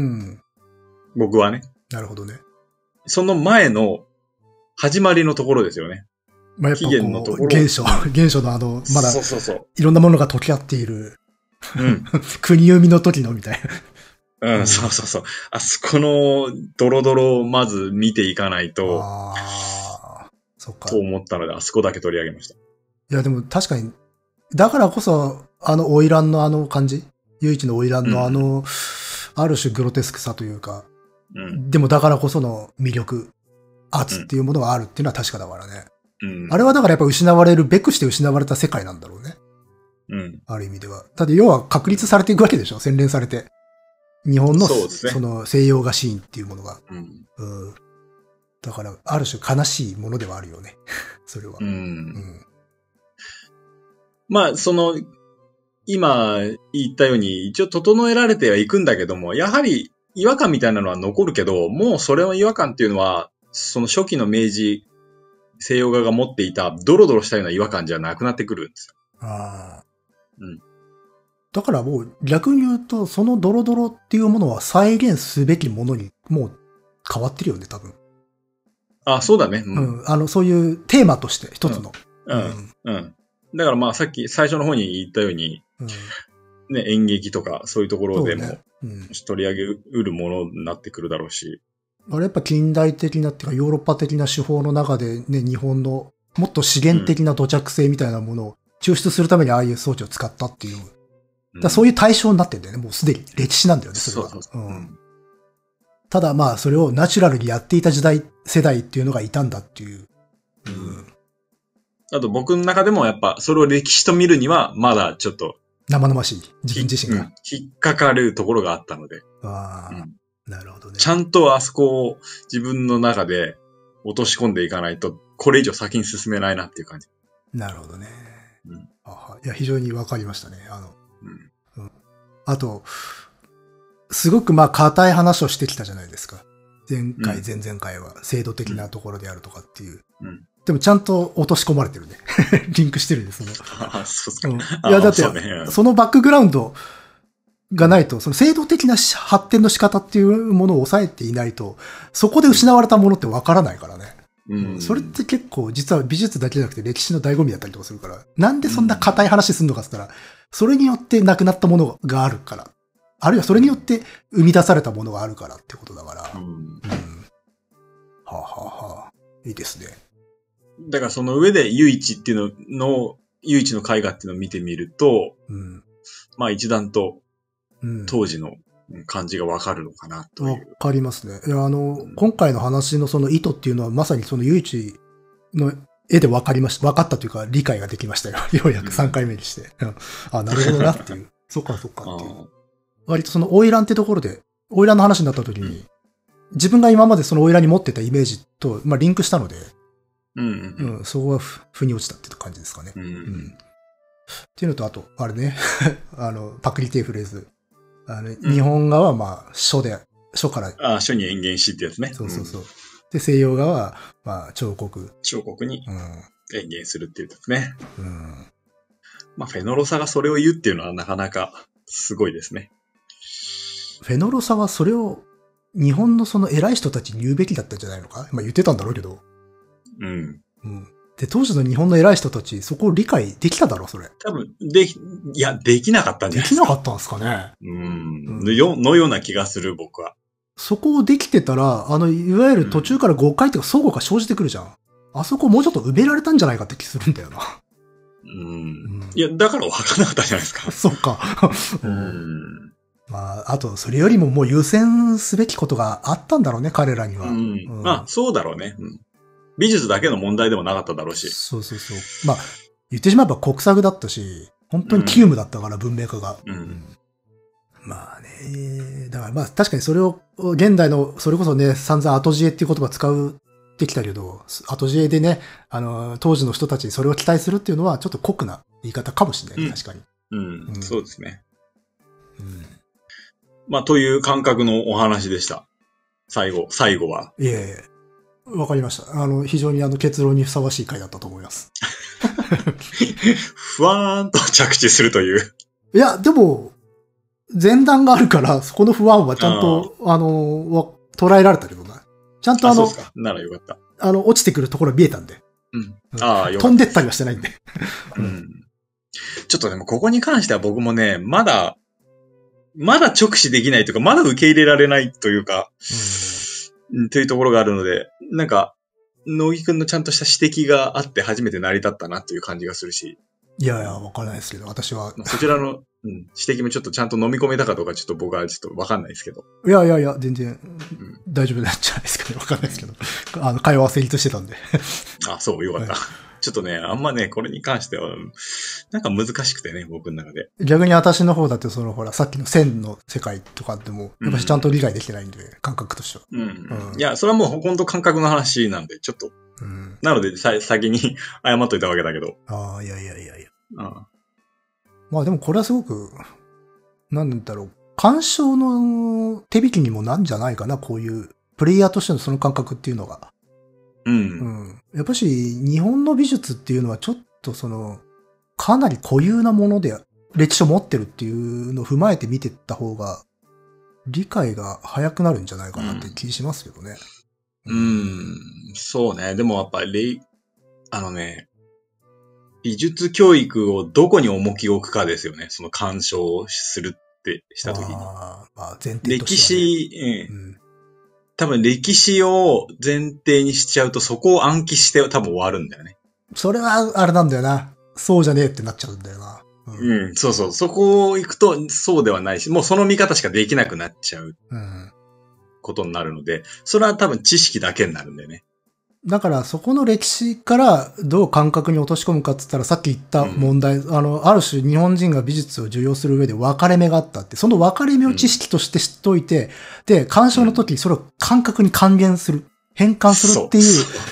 僕はね。 なるほどね。 その前の始まりのところですよね。 まあ、やっぱこう、起源初、原初のあの、まだ、そうそうそう。いろんなものが溶け合っている。うん。国生みの時のみたいな。うん、うん、そうそうそう。あそこのドロドロをまず見ていかないと。ああ。そっか。と思ったので、あそこだけ取り上げました。いや、でも確かに、だからこそ、あの、花魁のあの感じ唯一の花魁のあの、うん、ある種グロテスクさというか、うん、でもだからこその魅力、圧っていうものがあるっていうのは確かだからね。うん、あれはだからやっぱ失われるべくして失われた世界なんだろうね。うん。ある意味では。だって要は確立されていくわけでしょ洗練されて。日本の そ, うです、ね、その西洋画シーンっていうものが。うん。うん、だから、ある種悲しいものではあるよね。それは。うん。うん、 まあ、その、今言ったように一応整えられてはいくんだけども、やはり違和感みたいなのは残るけど、もうそれの違和感っていうのは、その初期の明治西洋画が持っていたドロドロしたような違和感じゃなくなってくるんですよ。ああ。 うん。だからもう逆に言うと、そのドロドロっていうものは再現すべきものにもう変わってるよね、多分。 あ、そうだね。 うん。うん、あの、そういうテーマとして一つの。 うん。うん。うん、だからまあさっき最初の方に言ったように、うん、ね、演劇とかそういうところでも、ねうん、取り上げうるものになってくるだろうし。 あれやっぱ近代的なっていうかヨーロッパ的な手法の中でね、日本のもっと資源的な土着性みたいなものを抽出するためにああいう装置を使ったっていう。だそういう対象になってるんだよね。もうすでに歴史なんだよね、それは。そうそうそう、うん。ただまあそれをナチュラルにやっていた時代、世代っていうのがいたんだっていう。うん。 あと僕の中でもやっぱそれを歴史と見るにはまだちょっと。 生々しい。自分自身が。 うん、引っかかるところがあったので。ああ、うん、なるほどね。 ちゃんとあそこを自分の中で落とし込んでいかないとこれ以上先に進めないなっていう感じ。 なるほどね。 うん。 あいや、非常にわかりましたね。あの、 うん。 うん、あと、すごくまあ、硬い話をしてきたじゃないですか。前回、うん、前々回は、制度的なところであるとかっていう。うん。でもちゃんと落とし込まれてるね。リンクしてるんです、その。 ああ、そうですか。うん、いや、だって、そ, ね、そのバックグラウンドがないと、その制度的な発展の仕方っていうものを抑えていないと、そこで失われたものってわからないからね。うん、それって結構、実は美術だけじゃなくて歴史の醍醐味だったりとかするから、なんでそんな硬い話するのかって言ったら、それによってなくなったものがあるから。あるいはそれによって生み出されたものがあるからってことだから。うん。うん、はあ、はあはあ、いいですね。 だからその上で唯一っていうのの、唯一の絵画っていうのを見てみると、うん、まあ一段と当時の感じがわかるのかなという。わかりますね。いや、あの、うん、今回の話のその意図っていうのはまさにその唯一の絵でわかりました。わかったというか理解ができましたよ。ようやくさんかいめにして。うん、あ、なるほどなっていう。そっかそっかっていう。割とその花魁ってところで、花魁の話になった時に、うん、自分が今までその花魁に持ってたイメージと、まあ、リンクしたので、うんうんうん、そこは腑に落ちたっていう感じですかね。うんうん、っていうのと、あと、あれね、あの、パクリテーフレーズ。あの、うん、日本側はまあ、書で、書から。 ああ、書に演言しってやつね。 そうそうそう。うん、で、西洋側は、まあ、彫刻。 彫刻に演言するっていうやつね。うん。まあ、フェノロサがそれを言うっていうのはなかなかすごいですね。 フェノロサはそれを日本のその偉い人たちに言うべきだったんじゃないのか？まあ言ってたんだろうけど。うん。うん。で、当時の日本の偉い人たち、そこを理解できただろう、それ。 多分、でき、いや、できなかったんじゃないですか。 できなかったんですかね。 うん。のよ、のような気がする、僕は。 そこをできてたら、あの、いわゆる途中から誤解とか相互が生じてくるじゃん。あそこもうちょっと埋められたんじゃないかって気するんだよな。 うん。うん、いや、だから分からなかったじゃないですか。 そうか。うん。まあ、あと、それよりももう優先すべきことがあったんだろうね、彼らには。うん。 うん、あ、そうだろうね。うん。美術だけの問題でもなかっただろうし。 そうそうそう。まあ、言ってしまえば国策だったし、本当に急務だったから、うん、文明化が。うん。まあね、だからまあ確かにそれを、現代の、それこそね、散々後知恵っていう言葉使うってきたけど、後知恵でね、あの、当時の人たちにそれを期待するっていうのは、ちょっと酷な言い方かもしれない、うん、確かに。 うん、うん、そうですね。うん。まあ、という感覚のお話でした。最後、最後は。 いえいえ。わかりました。あの、非常にあの結論にふさわしい回だったと思います。 ふわーんと着地するという。 いや、でも、前段があるから、そこの不安はちゃんと、あ, あの、捉えられたけどな。ちゃんとあの、あ、そうですか。 ならよかった。 あの、落ちてくるところ見えたんで。 うん。ああ、よかった。 飛んでったりはしてないんで。 うん。ちょっとでも、ここに関しては僕もね、まだ、まだ直視できないというか、まだ受け入れられないというか、うん、というところがあるので、なんか、野木くんのちゃんとした指摘があって初めて成り立ったなという感じがするし。 いやいや、わからないですけど、私は。 そちらの、うん、指摘もちょっとちゃんと飲み込めたかどうかちょっと僕はちょっとわかんないですけど。 いやいやいや、全然、大丈夫なんじゃないですかね。わかんないですけど。あの、会話は成立してたんで。 あ、そう、よかった。はい、ちょっとね、あんまね、これに関しては、なんか難しくてね、僕の中で。 逆に私の方だって、そのほら、さっきの線の世界とかでも、やっぱりちゃんと理解できてないんで、うん、感覚としては。 うん。うん、いや、それはもう本当感覚の話なんで、ちょっと。うん、なので、さ、先に謝っといたわけだけど。 ああ、いやいやいやいや。ああ、まあでもこれはすごく、なんだろう、鑑賞の手引きにもなんじゃないかな、こういう、プレイヤーとしてのその感覚っていうのが。うん。うん。やっぱし、日本の美術っていうのはちょっとその、かなり固有なもので、歴史を持ってるっていうのを踏まえて見ていった方が、理解が早くなるんじゃないかなって気しますけどね。 うん、うん、そうね。でもやっぱり、あのね、美術教育をどこに重きを置くかですよね。その鑑賞をするってしたときに。あまあ、前提としてはね、 歴史、うん、多分歴史を前提にしちゃうとそこを暗記して多分終わるんだよね。 それはあれなんだよな。そうじゃねえってなっちゃうんだよな。 うん、うん、そうそう。そこを行くとそうではないし、もうその見方しかできなくなっちゃうことになるので、それは多分知識だけになるんだよね。 だからそこの歴史からどう感覚に落とし込むかって言ったらさっき言った問題、うん、あの、ある種日本人が美術を受容する上で分かれ目があったって、その分かれ目を知識として知っといて、うん、で、鑑賞の時にそれを感覚に還元する、変換するっていう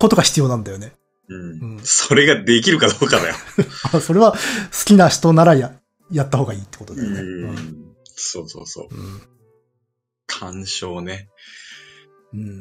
ことが必要なんだよね。 うん。うん、それができるかどうかだよ。 それは好きな人ならや、やった方がいいってことだよね。 うんうん、そうそうそう。うん、鑑賞ね。 うん。うん、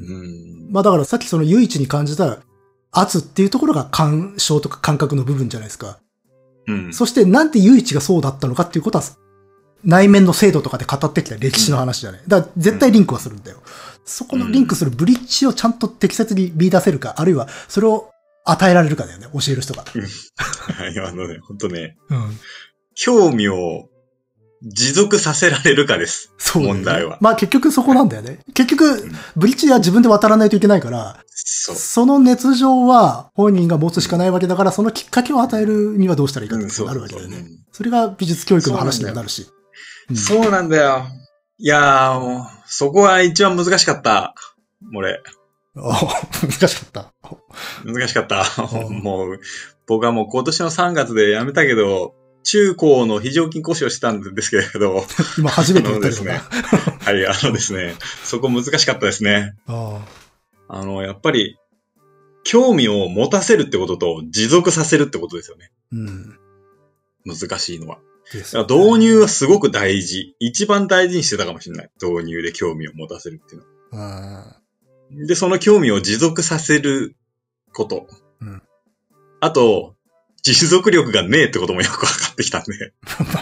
まあだからさっきその唯一に感じた圧っていうところが鑑賞とか感覚の部分じゃないですか。うん。そしてなんで唯一がそうだったのかっていうことは、内面の制度とかで語ってきた歴史の話じゃない。だから絶対リンクはするんだよ。そこのリンクするブリッジをちゃんと適切に見出せるか、あるいはそれを与えられるかだよね、教える人が。 はい、あのね、ほんとね、うん、興味を持続させられるかです。そう、ね。問題は。 まあ結局そこなんだよね。結局、うん、ブリッジは自分で渡らないといけないから、そ, その熱情は本人が持つしかないわけだから、そのきっかけを与えるにはどうしたらいいかってことになるわけだよね。うん、そ, それが美術教育の話にもなるし。 そうなんだよ。いやー、もう、そこは一番難しかった。俺。 難しかった。 難しかった。もう、僕はもう今年のさんがつで辞めたけど、中高の非常勤講師をしてたんですけれど。 今初めて言ったですね。はい、あのですね、そこ難しかったですね。あ, あの、やっぱり、興味を持たせるってことと持続させるってことですよね。うん、難しいのは。ね、導入はすごく大事。一番大事にしてたかもしれない。導入で興味を持たせるっていうのは。で、その興味を持続させること。うん、あと、持続力がねえってこともよくわかってきたんで。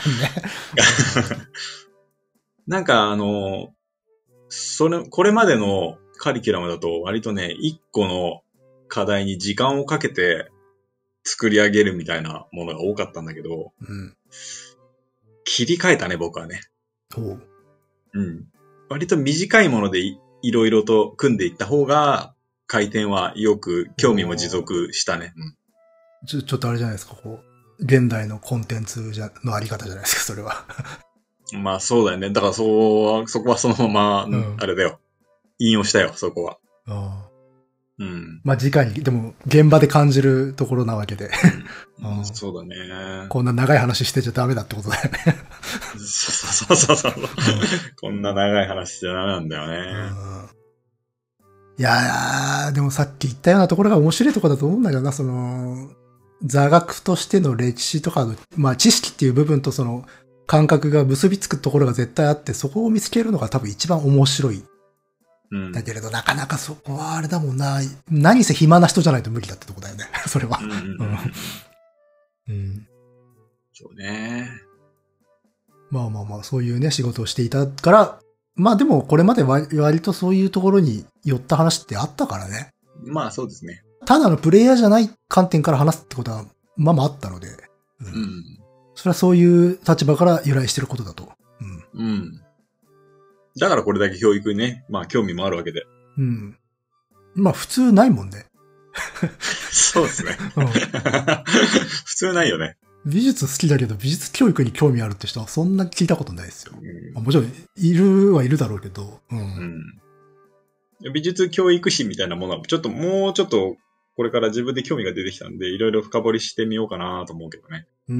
なんかあの、それ、これまでのカリキュラムだと割とね、一個の課題に時間をかけて作り上げるみたいなものが多かったんだけど、うん、切り替えたね、僕はね。う。うん。割と短いもので い, いろいろと組んでいった方が、回転はよく興味も持続したね。うん、 ちょ、ちょっとあれじゃないですか、こう。現代のコンテンツじゃのあり方じゃないですか、それは。 まあそうだよね。だからそう、そこはそのまま、うん、あれだよ。引用したよ、そこは。ああ。 うん。まあ、直に、でも、現場で感じるところなわけで。 うん、そうだね。 こんな長い話してちゃダメだってことだよね。 そうそうそうそう。こんな長い話じゃダメなんだよね。 いやー、でもさっき言ったようなところが面白いところだと思うんだけどな、その、座学としての歴史とかの、まあ知識っていう部分とその感覚が結びつくところが絶対あって、そこを見つけるのが多分一番面白い。うん、だけれど、なかなかそこはあれだもんな。何せ暇な人じゃないと無理だってとこだよね。それは。うん、うんうん。 そうね。 まあまあまあ、そういうね、仕事をしていたから、まあでもこれまで割とそういうところに寄った話ってあったからね。 まあそうですね。 ただのプレイヤーじゃない観点から話すってことは、まあまああったので。うん。うん、それはそういう立場から由来してることだと。 うん。うん。だからこれだけ教育にね、まあ興味もあるわけで。 うん。まあ普通ないもんね。 そうですね。うん、普通ないよね。 美術好きだけど美術教育に興味あるって人はそんな聞いたことないですよ。うん、もちろんいるはいるだろうけど、うんうん。美術教育史みたいなものはちょっともうちょっとこれから自分で興味が出てきたんでいろいろ深掘りしてみようかなと思うけどね。 うん。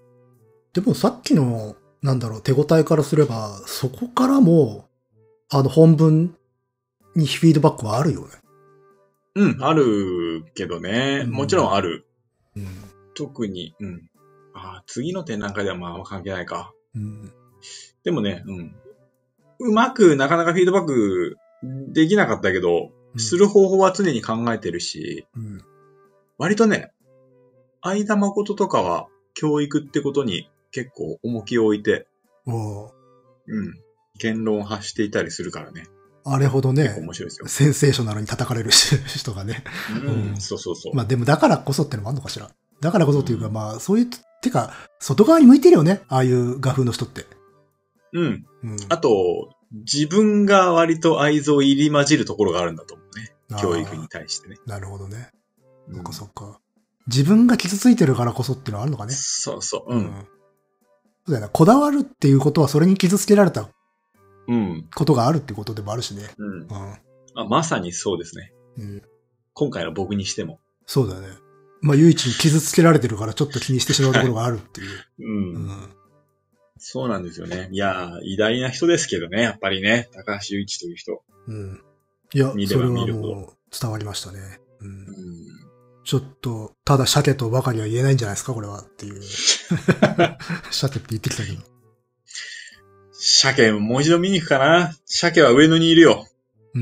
でもさっきのなんだろう手応えからすればそこからもあの本文にフィードバックはあるよね。 うん、あるけどね。もちろんある。うん、特に、うん。あ次の展覧会ではまあ関係ないか。うん、でもね、うん。うまくなかなかフィードバックできなかったけど、うん、する方法は常に考えてるし、うん、割とね、相田誠とかは教育ってことに結構重きを置いて、おうん。言論を発していたりするからね。 あれほどね、 面白いですよ。 センセーショナルに叩かれる人がね。 うん、うん、そうそうそう。 まあでもだからこそってのもあるのかしら。だからこそっていうか、うん、まあそういう、てか、外側に向いてるよね。ああいう画風の人って。 うん。うん、あと、自分が割と愛憎入り混じるところがあるんだと思うね。教育に対してね。 なるほどね。うん、そっかそっか。自分が傷ついてるからこそっていうのはあるのかね。 そうそう。うん。うん、 そうだよな。こだわるっていうことはそれに傷つけられたうん。ことがあるってことでもあるしね。うん。うん、 あまさにそうですね。うん。今回の僕にしても。 そうだね。まあ唯一に傷つけられてるからちょっと気にしてしまうところがあるっていう。うん、 うん。そうなんですよね。いやー、偉大な人ですけどね、やっぱりね。高橋雄一という人。うん。 いや、見れば見るほどそれはもう伝わりましたね。 うん。うん、ちょっと、ただ鮭とばかりは言えないんじゃないですか、これは。っていう。鮭って言ってきたけど。 鮭、もう一度見に行くかな。鮭は上野にいるよ。 うん。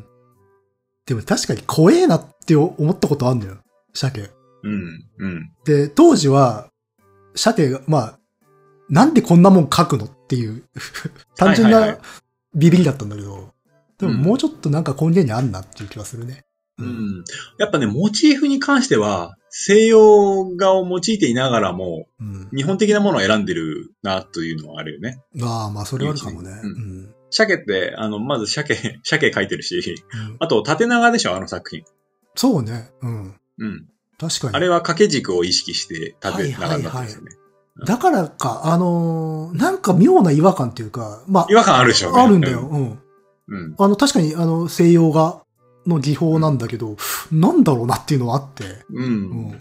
でも確かに怖えなって思ったことあるんだよ。鮭。 うん。うん。 で、当時は、鮭が、まあ、なんでこんなもん書くのっていう、単純なビビりだったんだけど、でももうちょっとなんか根源にあんなっていう気がするね。 うん。うん、やっぱね、モチーフに関しては、西洋画を用いていながらも、うん、日本的なものを選んでるなというのはあるよね。 ああ、まあそれはあるかもね。うんうん鮭って、あの、まず鮭、鮭書いてるし、うん、あと縦長でしょ、あの作品。 そうね。うん。 うん。 確かに。 あれは掛け軸を意識して縦長になってるんですよね。はいはいはいうん、だからか、あのー、なんか妙な違和感っていうか、まあ。 違和感あるでしょうね。 あるんだよ。うん。 うん。 あの、確かに、あの、西洋画の技法なんだけど、うん、なんだろうなっていうのはあって。 うん。うん。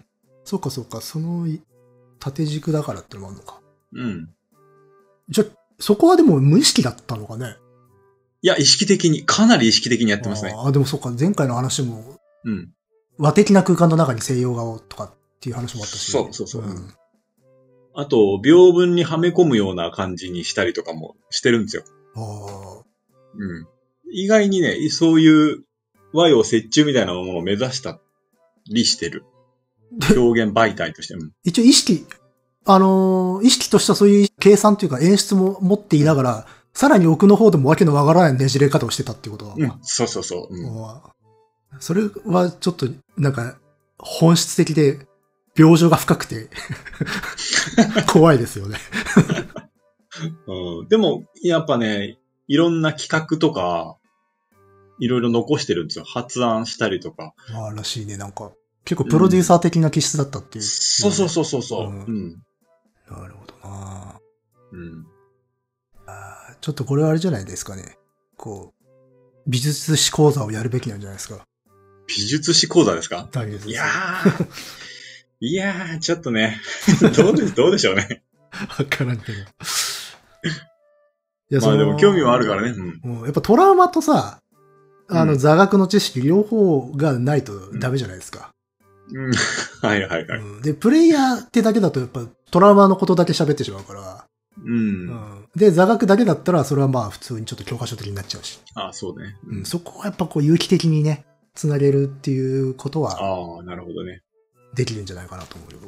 そうかそうか、その、縦軸だからってのもあるのか。 うん。 じゃ、そこはでも無意識だったのかね。 いや、意識的に、かなり意識的にやってますね。 ああ、でもそうか、前回の話も、 うん。 和的な空間の中に西洋画をとかっていう話もあったし、 ね。そうそうそう。うん、あと、屏風にはめ込むような感じにしたりとかもしてるんですよ。ああ。うん。意外にね、そういう和洋折衷みたいなものを目指したりしてる。表現媒体として。うん、 一応意識、あのー、意識としたそういう計算というか演出も持っていながら、さらに奥の方でもわけのわからないねじれ方をしてたっていうことは。 うん、そうそうそう。うん、 それはちょっと、なんか、本質的で、描写が深くて、怖いですよね、 うん。でも、やっぱね、いろんな企画とか、いろいろ残してるんですよ。発案したりとか。 ああ、らしいね。なんか、結構プロデューサー的な気質だったっていう、ねうん。 そうそうそうそうそう、うん。うん。 なるほどなうん。 あちょっとこれはあれじゃないですかね。こう、美術史講座をやるべきなんじゃないですか。 美術史講座ですか？ 大ですいやー、いやー、ちょっとね、どうで、どうでしょうね。 わからんけど。いやまあでも興味はあるからね。 うん、やっぱトラウマとさ、あの、座学の知識両方がないとダメじゃないですか。 うん。うん、はいはいはい、 うん。で、プレイヤーってだけだとやっぱトラウマのことだけ喋ってしまうから。 うん。うん、 で、座学だけだったらそれはまあ普通にちょっと教科書的になっちゃうし。 ああ、そうね、 うん。そこはやっぱこう有機的にね、つなげるっていうことは。 ああ、なるほどね。 できるんじゃないかなと思うけど。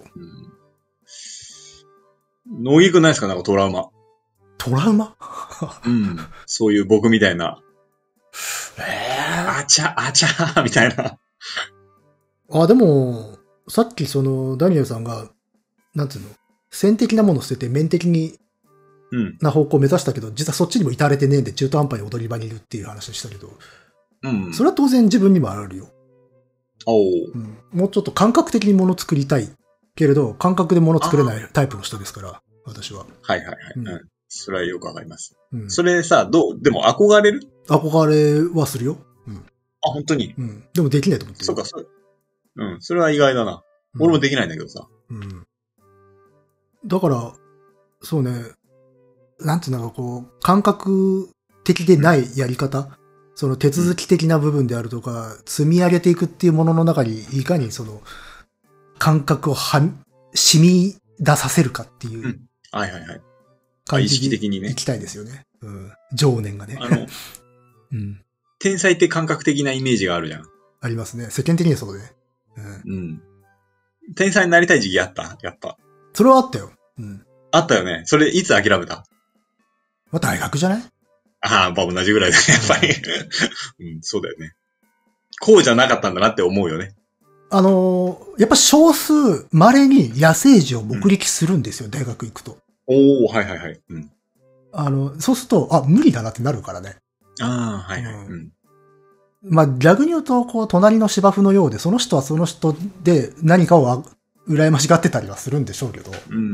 うん。野木くんないですかなんかトラウマ。 トラウマうん。そういう僕みたいな。 ええー。 あちゃ、あちゃ、みたいな。 あ、でも、さっきその、ダニエルさんが、なんていうの、線的なものを捨てて面的に、うん。な方向を目指したけど、実はそっちにも至れてねえんで中途半端に踊り場にいるっていう話をしたけど。うん。それは当然自分にもあるよ。 おうん。もうちょっと感覚的にもの作りたいけれど、感覚でもの作れないタイプの人ですから、私は。 はいはいはい。うん。うん、それはよくわかります。うん。それさ、どう、でも憧れる？ 憧れはするよ。うん。あ、 本当に？ うん。でもできないと思ってる。 そうか、そう。うん。それは意外だな。うん、俺もできないんだけどさ。 うん。だから、そうね、なんていうのかこう、感覚的でないやり方、うん、その手続き的な部分であるとか、積み上げていくっていうものの中に、いかにその、感覚をは、染み出させるかっていう。うん、 はいはいはい。感じ意識的にね。 行きたいですよね。うん。情念がね。あの、 うん。天才って感覚的なイメージがあるじゃん。 ありますね。世間的にはそうで。 うん。うん。天才になりたい時期あったやっぱ。 それはあったよ。うん。 あったよね。それいつ諦めた？ まあ、大学じゃない？ ああ、まあ同じぐらいだね、やっぱり。うん、そうだよね。こうじゃなかったんだなって思うよね。 あのー、やっぱ少数、稀に野生児を目撃するんですよ、うん、大学行くと。 おー、はいはいはい。うん。 あの、そうすると、あ、無理だなってなるからね。 ああ、はいはい。うん。 うん、まあ、逆に言うと、こう、隣の芝生のようで、その人はその人で何かを羨ましがってたりはするんでしょうけど。うん、うん。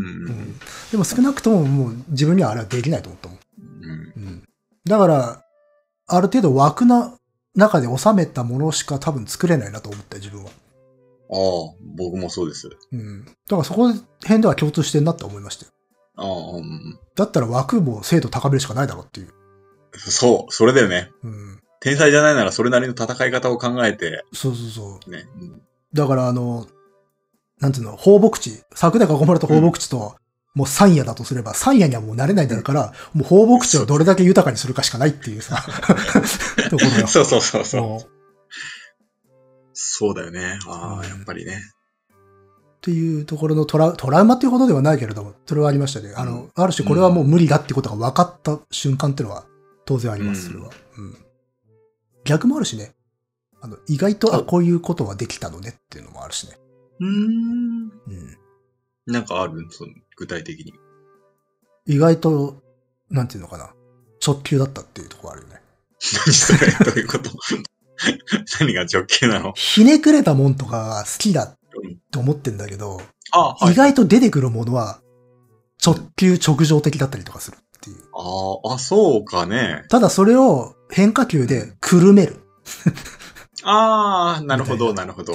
でも少なくとももう自分にはあれはできないと思ったもん。うん。うん、だから、ある程度枠の中で収めたものしか多分作れないなと思った自分は。 ああ、僕もそうです。 うん。だからそこら辺では共通してんなって思いましたよ。 ああ、うん。 だったら枠も精度高めるしかないだろうっていう。 そう、それだよね。 うん。 天才じゃないならそれなりの戦い方を考えて。 そうそうそう。 ね。うん、 だからあの、なんていうの、放牧地、柵で囲まれた放牧地と、うん、もう山野だとすれば、山野にはもうなれないんだから、うん、もう放牧地をどれだけ豊かにするかしかないっていうさ、ところよ。 そうそうそうそう。そうだよね。ああ、やっぱりね。 っていうところのトラ、トラウマっていうほどではないけれども、それはありましたね。あの、うん、ある種これはもう無理だってことが分かった瞬間っていうのは当然あります、それは。うん。逆もあるしね。あの、意外と、あ、こういうことができたのねっていうのもあるしね。 うーん。うん。なんかあるその具体的に。 意外と、なんていうのかな。直球だったっていうところあるよね。 何それどういうこと何が直球なの？ ひねくれたもんとかが好きだと思ってんだけど、 あ、はい、 意外と出てくるものは直球直情的だったりとかするっていう。 ああ、そうかね。 ただそれを変化球でくるめる。 ああ、なるほど、なるほど。うん、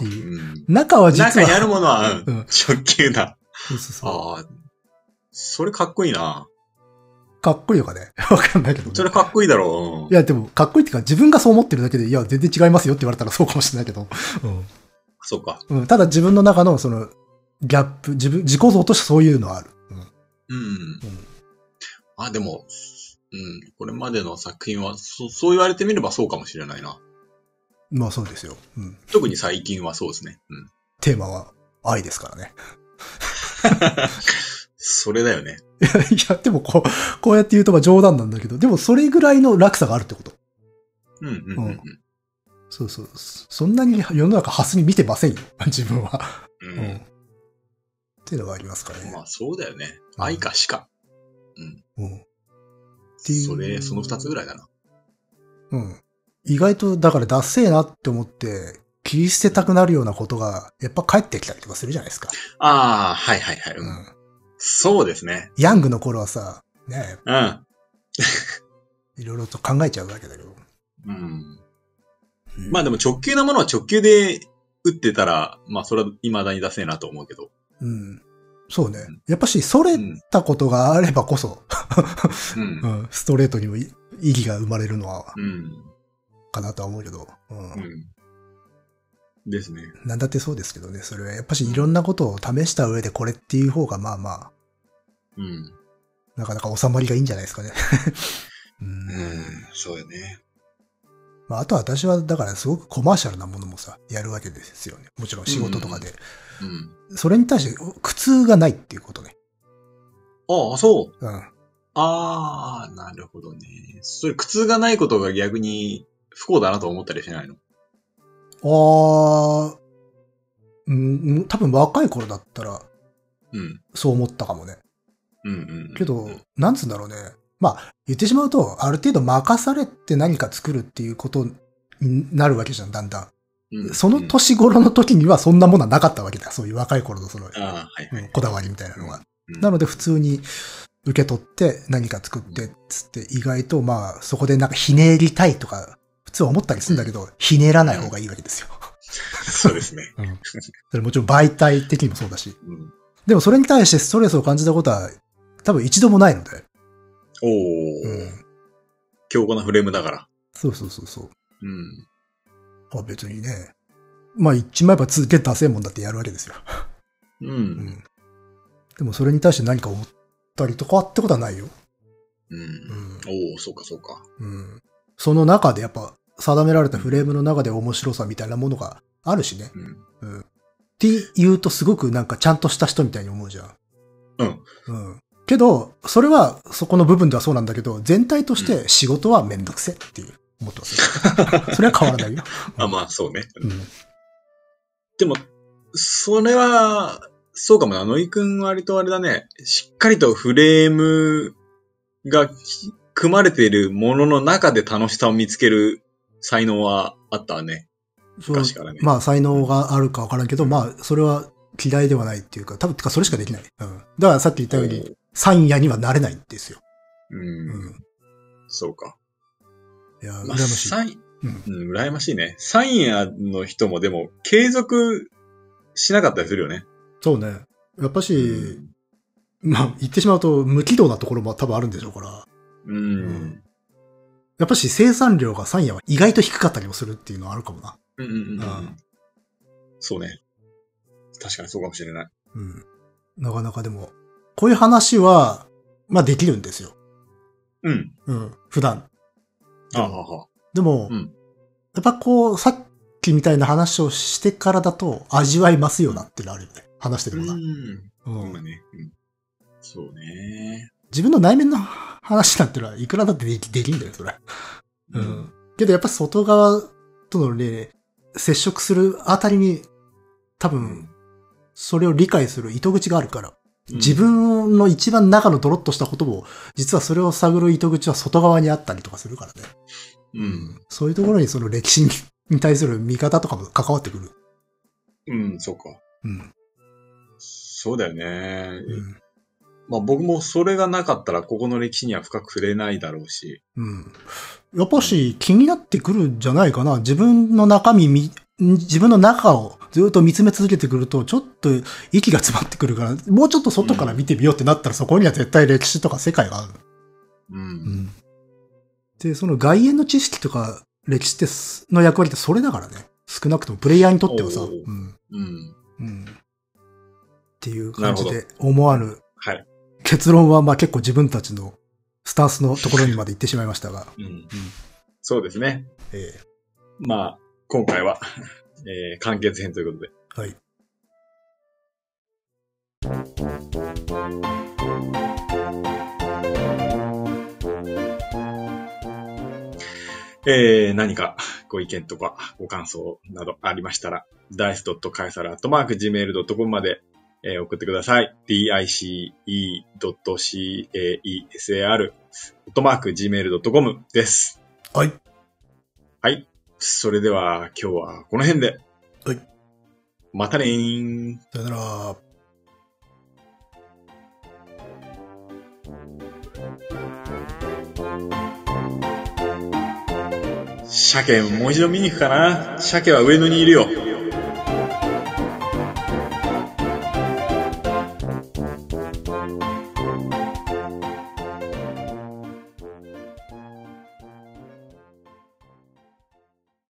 中は実は。 中にあるものは、うん、直球だ。 そうそうそう。 ああ、それかっこいいな。 かっこいいのかねわかんないけど、ね。 それかっこいいだろう。 いや、でも、かっこいいっていうか、自分がそう思ってるだけで、いや、全然違いますよって言われたらそうかもしれないけど。うん。 そうか。 うん。ただ自分の中の、その、ギャップ、自分、自己像としてそういうのはある。うん。うん。 うん。あ、でも、うん。これまでの作品は、そ、そう言われてみればそうかもしれないな。 まあそうですよ。うん。 特に最近はそうですね。うん。 テーマは愛ですからね。 それだよね。 いや、でもこう、こうやって言うとまあ冗談なんだけど、でもそれぐらいの落差があるってこと。 うんうんうん、うん。 そうそう。そんなに世の中ハスに見てませんよ。自分は。うん。うん、っていうのがありますからね。 まあそうだよね。愛か死か。うん。うん。 っていう。 それ、その二つぐらいだな。 うん。意外と、だからダッセーなって思って、切り捨てたくなるようなことが、やっぱ帰ってきたりとかするじゃないですか。 ああ、はいはいはい。うん。そうですね。 ヤングの頃はさ、ねえ。うん。 いろいろと考えちゃうわけだけど。 うん。うん、まあでも直球なものは直球で打ってたら、まあそれは未だに出せえなと思うけど。 うん。そうね。やっぱし、それたことがあればこそ、うんうん、ストレートにも意義が生まれるのは、うん、かなとは思うけど。うん。うん、 ですね。 なんだってそうですけどね。それはやっぱしいろんなことを試した上でこれっていう方がまあまあ、うん。なかなか収まりがいいんじゃないですかね。 うん、うん、そうよね。 まあ、あとは私は、だからすごくコマーシャルなものもさ、やるわけですよね。もちろん仕事とかで。うんうん、それに対して苦痛がないっていうことね。 ああ、そう。 うん。 ああ、なるほどね。それ苦痛がないことが逆に不幸だなと思ったりしないの？ ああ、うん、多分若い頃だったら、 うん。 そう思ったかもね。 うんうん、うん。 けど、なんつうんだろうね。まあ、言ってしまうと、ある程度任されて何か作るっていうことになるわけじゃん、だんだん。うん、その年頃の時にはそんなものはなかったわけだ。そういう若い頃のその、はいはい、こだわりみたいなのが。うん、なので普通に受け取って何か作ってつって意外とまあそこでなんかひねりたいとか普通は思ったりするんだけど、うん、ひねらない方がいいわけですよ。 そうですね。 うん。それもちろん媒体的にもそうだし。うん、でもそれに対してストレスを感じたことは多分一度もないので。 おー。うん。強固なフレームだから。 そうそうそうそう。 うん。 あ、別にね。まあ、言っちまえば続けて出せんもんだってやるわけですよ。 うん。うん。 でもそれに対して何か思ったりとかってことはないよ。 うん。うん、おー、そうかそうか。 うん。その中でやっぱ定められたフレームの中で面白さみたいなものがあるしね。うん。うん。って言うとすごくなんかちゃんとした人みたいに思うじゃん。 うん。 うん。けど、それはそこの部分ではそうなんだけど、全体として仕事はめんどくせっていう思ってますよ。それは変わらないよ。 うん、あ、まあそうね。 うん。 でも、それは、そうかもな。野井くん割とあれだね。しっかりとフレームが組まれているものの中で楽しさを見つける才能はあったね。昔からね。 まあ才能があるかわからんけど、うん、まあそれは嫌いではないっていうか、多分、てかそれしかできない。うん。だからさっき言ったように、三夜にはなれないんですよ。 うん。うん、そうか。 いや、羨ましい。 まあ、うん、うん。羨ましいね。三夜の人もでも、継続しなかったりするよね。 そうね。やっぱし、うん、まあ、言ってしまうと、無軌道なところも多分あるんでしょうから。 うん。うん、 やっぱし生産量が山野は意外と低かったりもするっていうのはあるかもな。 うんうんうん。うん、そうね。確かにそうかもしれない。 うん。なかなかでも、こういう話は、まあできるんですよ。 うん。 うん。普段。 ああ、はあ。 でも、うん、やっぱこう、さっきみたいな話をしてからだと味わいますよなっていうのあるよね。話してるもんな。うん。 うん。ね、うん。そうね。 自分の内面の話なんてのはいくらだってでき、できんだよ、それ。うん。うん、けどやっぱ外側とのね、接触するあたりに、多分、それを理解する糸口があるから。自分の一番中のドロッとしたことも、実はそれを探る糸口は外側にあったりとかするからね。 うん。 そういうところにその歴史に対する見方とかも関わってくる。 うん、そうか。 うん。 そうだよね。うん。まあ僕もそれがなかったらここの歴史には深く触れないだろうし。 うん。やっぱし気になってくるんじゃないかな。自分の中身み、自分の中をずっと見つめ続けてくると、ちょっと息が詰まってくるから、もうちょっと外から見てみようってなったら、そこには絶対歴史とか世界がある。 うん。うん、 で、その外縁の知識とか歴史っての役割ってそれだからね。少なくともプレイヤーにとってはさ。うん。うん。うん。っていう感じで思わぬ。 はい。 結論はまあ結構自分たちのスタンスのところにまで行ってしまいましたが。 うん。うん、そうですね。ええー。まあ、今回は、えー、完結編ということで。 はい。 えー、何かご意見とかご感想などありましたら、ダイスドットカエサルアットマークジーメールドットコム まで、えー、送ってください。ディーアイシーイードットカエサル アットマークジーメールドットコム です。 はい。 はい。それでは今日はこの辺で。 はい。 またねー。 さよなら。 鮭もう一度見に行くかな。鮭は上野にいるよ。